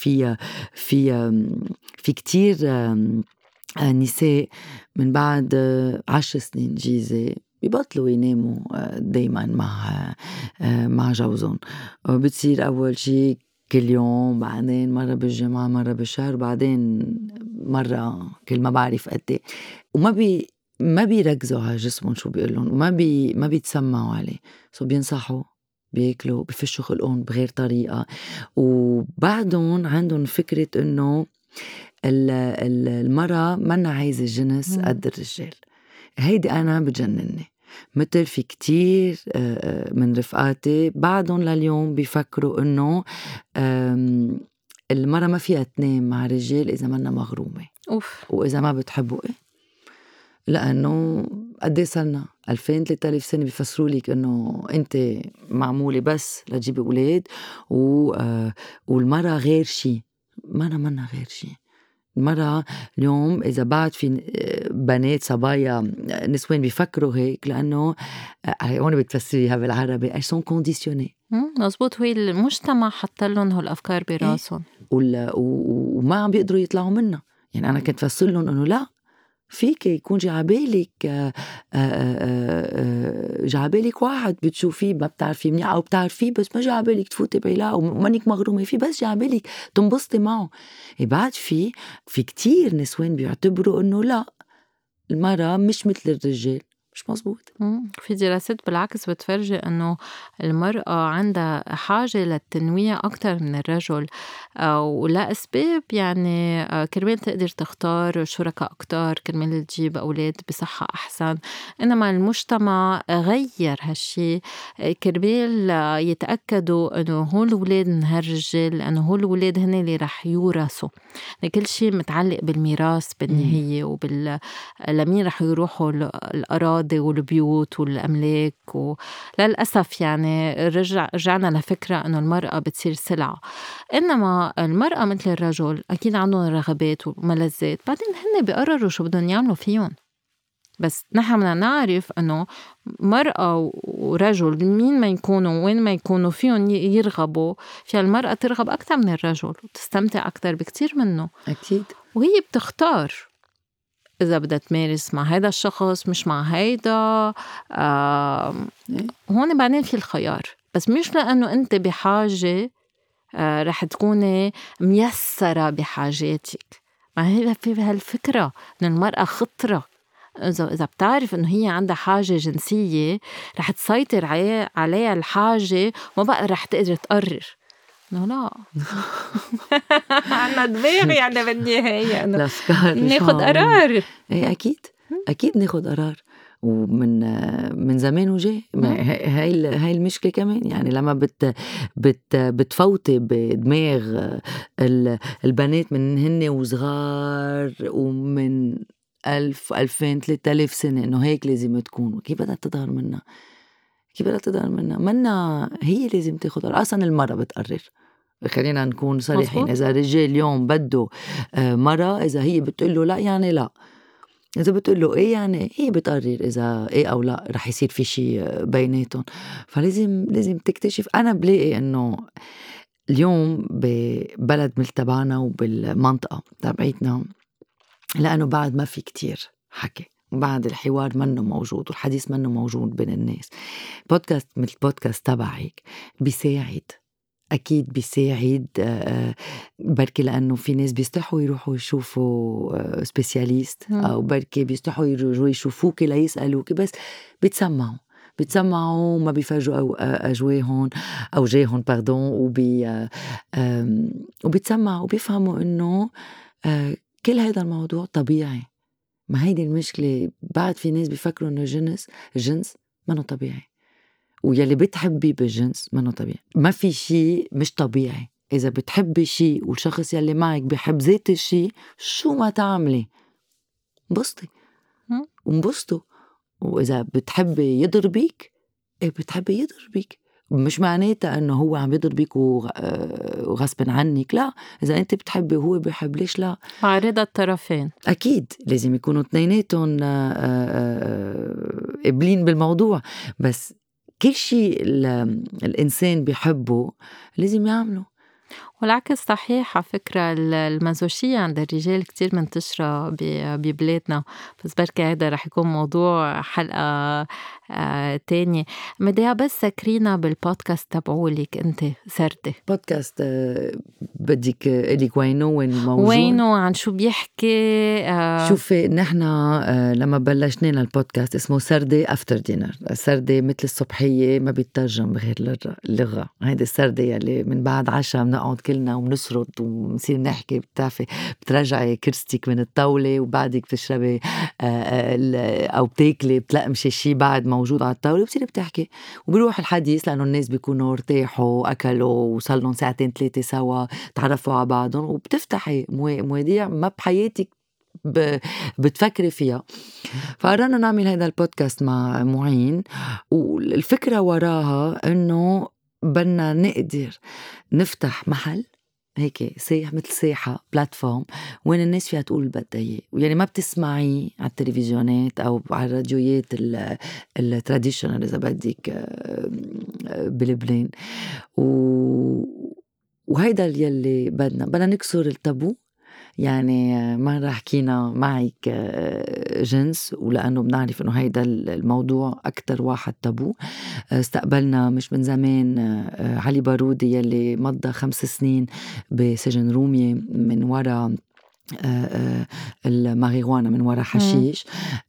في كتير نساء من بعد 10 سنين جيزة بيبطلوا يناموا دايما مع جوزهم. بتصير أول شي كل يوم، بعدين مرة بالجمعة، مرة بالشهر، بعدين مرة كل ما بعرف قدي. ما بيركزوا على جسمهم شو بيقولون، ما بيتسمعوا عليه. بينصحوا، بياكلوا، بفشوا خلقهم بغير طريقة. وبعدهم عندهم فكرة إنه المرأة منا عايزة الجنس قد الرجال. هيدي أنا بتجنني. مثل في كتير من رفقاتي بعدهم لليوم بيفكروا إنه المرأة ما فيها تنام مع رجال إذا منا مغرومة. وإذا ما بتحبوا لأنه قدي صلنا 2000-3000 سنة بيفسروا لك إنه أنت معمولة بس لتجيبي أولاد، والمرأة غير شي. منا غير شي. المرأة اليوم إذا بعد في بنات صبايا نسوان بيفكروا هيك، لأنه هون بتفسريها بالعربي elles sont conditionnées. مزبوط. هو المجتمع حط لهم هالأفكار براسهم وما عم بيقدروا يطلعوا منها. يعني أنا كنت فسر لهم إنه لا، فيك يكون جعبالك واحد بتشوفيه ما بتعرفيه منيح أو بتعرفيه بس ما جعبالك تفوتي بعلاقة ومانك مغرومة فيه بس جعبالك تنبسطي معه. بعد في كتير نسوان بيعتبروا إنه لا المرأة مش مثل الرجال. مش مزبوط. في دراسات بالعكس بتفرجي إنه المرأة عندها حاجة للتنويع أكتر من الرجل، ولا أسباب يعني كرمال تقدر تختار شركاء أكتر كرمال تجيب أولاد بصحة أحسن. إنما المجتمع غير هالشي كرمال يتأكدوا إنه هول الولاد من هالرجال، لأنه هول الولاد هن اللي رح يورثوا. كل شي متعلق بالميراث بالنهاية لمين رح يروحوا الأراضي والبيوت والأملاك. وللأسف يعني رجعنا لفكرة أنه المرأة بتصير سلعة. إنما المرأة مثل الرجل أكيد عندهم رغبات وملذات، بعدين هن بيقرروا شو بدهم يعملوا فيهم. بس نحن بدنا نعرف أنه مرأة ورجل مين ما يكونوا وين ما يكونوا فيهم يرغبوا فيها. المرأة ترغب أكتر من الرجل وتستمتع أكتر بكتير منه أكيد، وهي بتختار إذا بدها تمارس مع هيدا الشخص مش مع هيدا. هون بعدين في الخيار، بس مش لأنه أنت بحاجة رح تكوني ميسرة بحاجاتك. ما هي في هالفكرة إن المرأة خطرة. إذا بتعرف إنه هي عندها حاجة جنسية رح تسيطر عليها الحاجة وما بقى رح تقدر تقرر. لا عنا دماغ يعني بالنهاية إنه ناخد قرار. أكيد ناخد قرار. ومن زمان وجاي هاي المشكلة كمان. يعني لما بتفوتي بدماغ البنات من هن وصغار ومن 1000 2000 3000 سنة إنه هيك لازم تكون، كيف بدها تظهر منها؟ منا هي لازم تاخد قرار. أصلا المرأة بتقرر. خلينا نكون صريحين. إذا الرجال اليوم بده مرة، إذا هي بتقوله لا يعني لا، إذا بتقوله إيه يعني هي بتقرر إذا إيه أو لا رح يصير في شيء بيناتهم. فلازم تكتشف. أنا بلاقي إنه اليوم ببلد مثل تبعنا وبالمنطقة تبعيتنا، لأنه بعد ما في كتير حكي، بعد الحوار منه موجود والحديث منه موجود بين الناس. بودكاست مثل بودكاست تبعك بيساعد، أكيد بيساعد. بركي لأنه في ناس بيستحوا يروحوا يشوفوا سبيسياليست، أو بركي بيستحوا يروحوا يشوفوك ليسألوك، بس بيتسمعوا وما بيفرجوا أوجاهن وبيتسمعوا وبيفهموا إنه كل هذا الموضوع طبيعي. ما هيدي المشكلة. بعد في ناس بيفكروا إنه الجنس منه طبيعي، ويلي بتحبي بالجنس منه طبيعي. ما في شيء مش طبيعي. إذا بتحبي شيء والشخص يلي معك بيحب ذات الشيء، شو ما تعملي انبسطي وانبسطوا. وإذا بتحبي يضربك، بتحبي يضربك، مش معناتها انه هو عم يضربك وغصب عنك. لا، اذا انت بتحبي وهو بيحب، ليش لا؟ مع رضا الطرفين. اكيد لازم يكونوا اثنيناتهم قابلين بالموضوع. بس كل شيء الانسان بيحبه لازم يعمله. والعكس صحيح. على فكرة المازوشية عند الرجال كتير منتشرة ببلادنا، بس بركي هيدا رح يكون موضوع حلقة تانية. مديها بس سكرينا بالبودكاست تبعولك انت سردة. بودكاست بدك إليك وين موجود؟ وينه؟ عن شو بيحكي؟ شوفي نحن لما بلشنا البودكاست اسمه سردة أفتر دينر. سردة مثل الصبحية، ما بيترجم بغير اللغة. هيدا السردة يلي من بعد عشاء بنقعد كلنا وبنسرد ونصير نحكي. بتعرفي بترجعي كرستك من الطاولة وبعدك بتشربي أو بتاكلي بتلقمشي شي بعد موجود على الطاولة وبتصيري بتحكي وبيروح الحديث، لأنه الناس بيكونوا ارتاحوا أكلوا وصلوا ساعتين 3 سوا تعرفوا على بعضهم، وبتفتحي مواضيع ما بحياتك بتفكري فيها. فقررنا نعمل هذا البودكاست مع معين، والفكرة وراها إنه بدنا نقدر نفتح محل هيك مثل ساحة بلاتفورم وين الناس فيها تقول بدها إياه، يعني ما بتسمعي على التلفزيونات أو على الراديويات التراديشنال إذا بدك بلبنان. وهيدا يلي بدنا نكسر التابو يعني ما حكينا معك جنس، ولأنه بنعرف إنه هيدا الموضوع أكتر واحد تابو. استقبلنا مش من زمان علي بارودي يلي مضى 5 سنين بسجن رومية من وراء الماريجوانا، من وراء حشيش.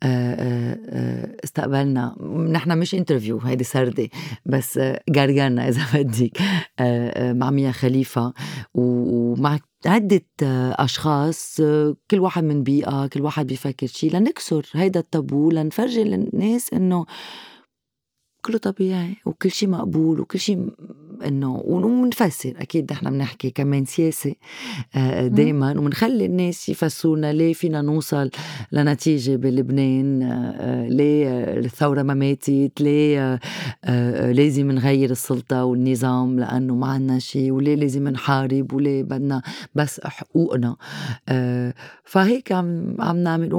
استقبلنا نحن مش انترفيو، هيدي سردة بس قرقرنا إذا بدك مع ميا خليفة ومع عدة أشخاص، كل واحد من بيئة، كل واحد بيفكر شي، لنكسر هيدا التابو، لنفرجي للناس إنه كله طبيعي وكل شيء مقبول وكل شيء إنه، ونفسر أكيد نحن بنحكي كمان سياسة دايما، ومنخلي الناس يفسرونا ليه فينا نوصل لنتيجة بلبنان، ليه الثورة ما ماتت، ليه لازم نغير السلطة والنظام لأنه ما عنا شيء، وليه لازم نحارب، وليه بدنا بس حقوقنا. فهيك عم نعمل،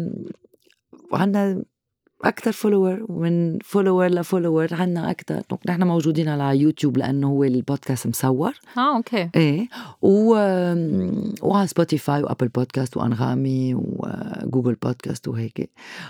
وعنا أكتر فولوور، ومن فولوور لفولوور عنا أكتر. نحن موجودين على يوتيوب لأنه هو البودكاست مصور. أوكي. إيه، وعلى سبوتيفاي وأبل بودكاست وأنغامي وجوجل بودكاست وهيك.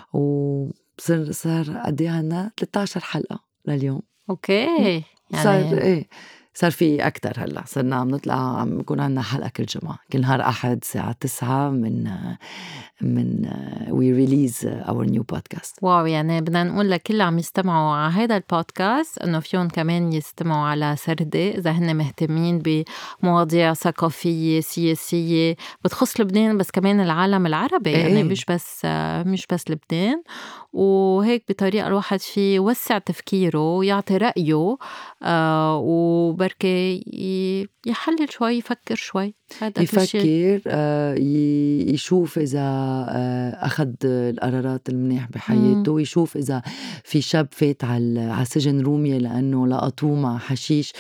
صار قدي عنا 13 حلقة لليوم. أوكي. يعني صار في أكتر. هلأ صرنا عم نطلع، عم يكون عنا حلقة كل جمعة، كل نهار أحد الساعة 9 من we release our new podcast. واو، يعني بدنا نقول لكل عم يستمعوا على هذا البودكاست إنه فيهم كمان يستمعوا على سردة إذا هن مهتمين بمواضيع ثقافية سياسية بتخص لبنان، بس كمان العالم العربي. يعني مش بس لبنان. وهيك بطريقة الواحد فيه يوسع تفكيره ويعطي رأيه، وبركي يحلل شوي، يفكر شوي، يفكر، يشوف إذا أخذ القرارات المنيح بحياته، يشوف إذا في شاب فات على سجن رومية لأنه لقطوه مع حشيش.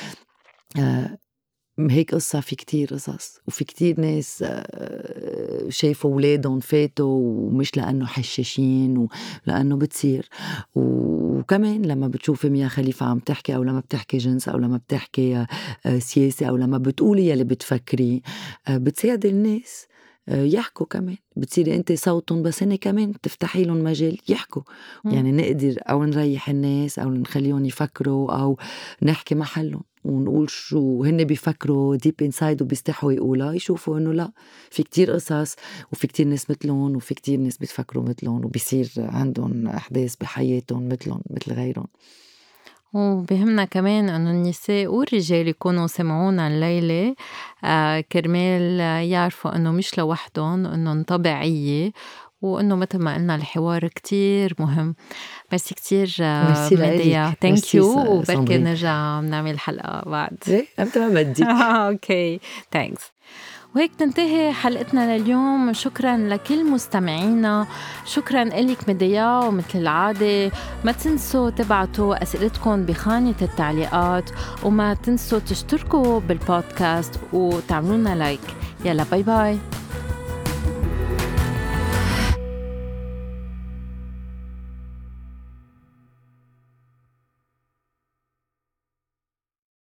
هيك قصة، في كتير قصص، وفي كتير ناس شايفوا أولادهم فاتوا ومش لأنه حشاشين، ولأنه بتصير. وكمان لما بتشوفي ميا خليفة عم تحكي، أو لما بتحكي جنس، أو لما بتحكي سياسة، أو لما بتقولي يلي بتفكري، بتساعد الناس يحكوا كمان. بتصيري أنت صوتهم، بس هن كمان تفتحي لهم مجال يحكوا. يعني نقدر أو نريح الناس، أو نخليهم يفكروا، أو نحكي محلهم ونقول شو هن بيفكروا ديب انسايد وبيستحوا يقولها، يشوفوا إنه لا، في كتير قصص، وفي كتير ناس مثلهم، وفي كتير ناس بيتفكروا مثلهم، وبيصير عندهم أحداث بحياتهم مثلهم مثل غيرهم. وبهمنا كمان أنه النساء والرجال يكونوا سمعونا الليلة، كرمال يعرفوا أنه مش لوحدهم، أنه طبيعية، وأنه مثل ما قلنا الحوار كتير مهم. ميرسي كتير ميديا. Thank you. وبركي نرجع نعمل حلقة بعد. أمتى ما بدي. أوكي. Thanks. وهيك تنتهي حلقتنا لليوم. شكرا لكل مستمعينا، شكرا لك ميديا. ومثل العادة ما تنسوا تبعتوا أسئلتكم بخانة التعليقات، وما تنسوا تشتركوا بالبودكاست وتعملونا لايك. يلا باي باي.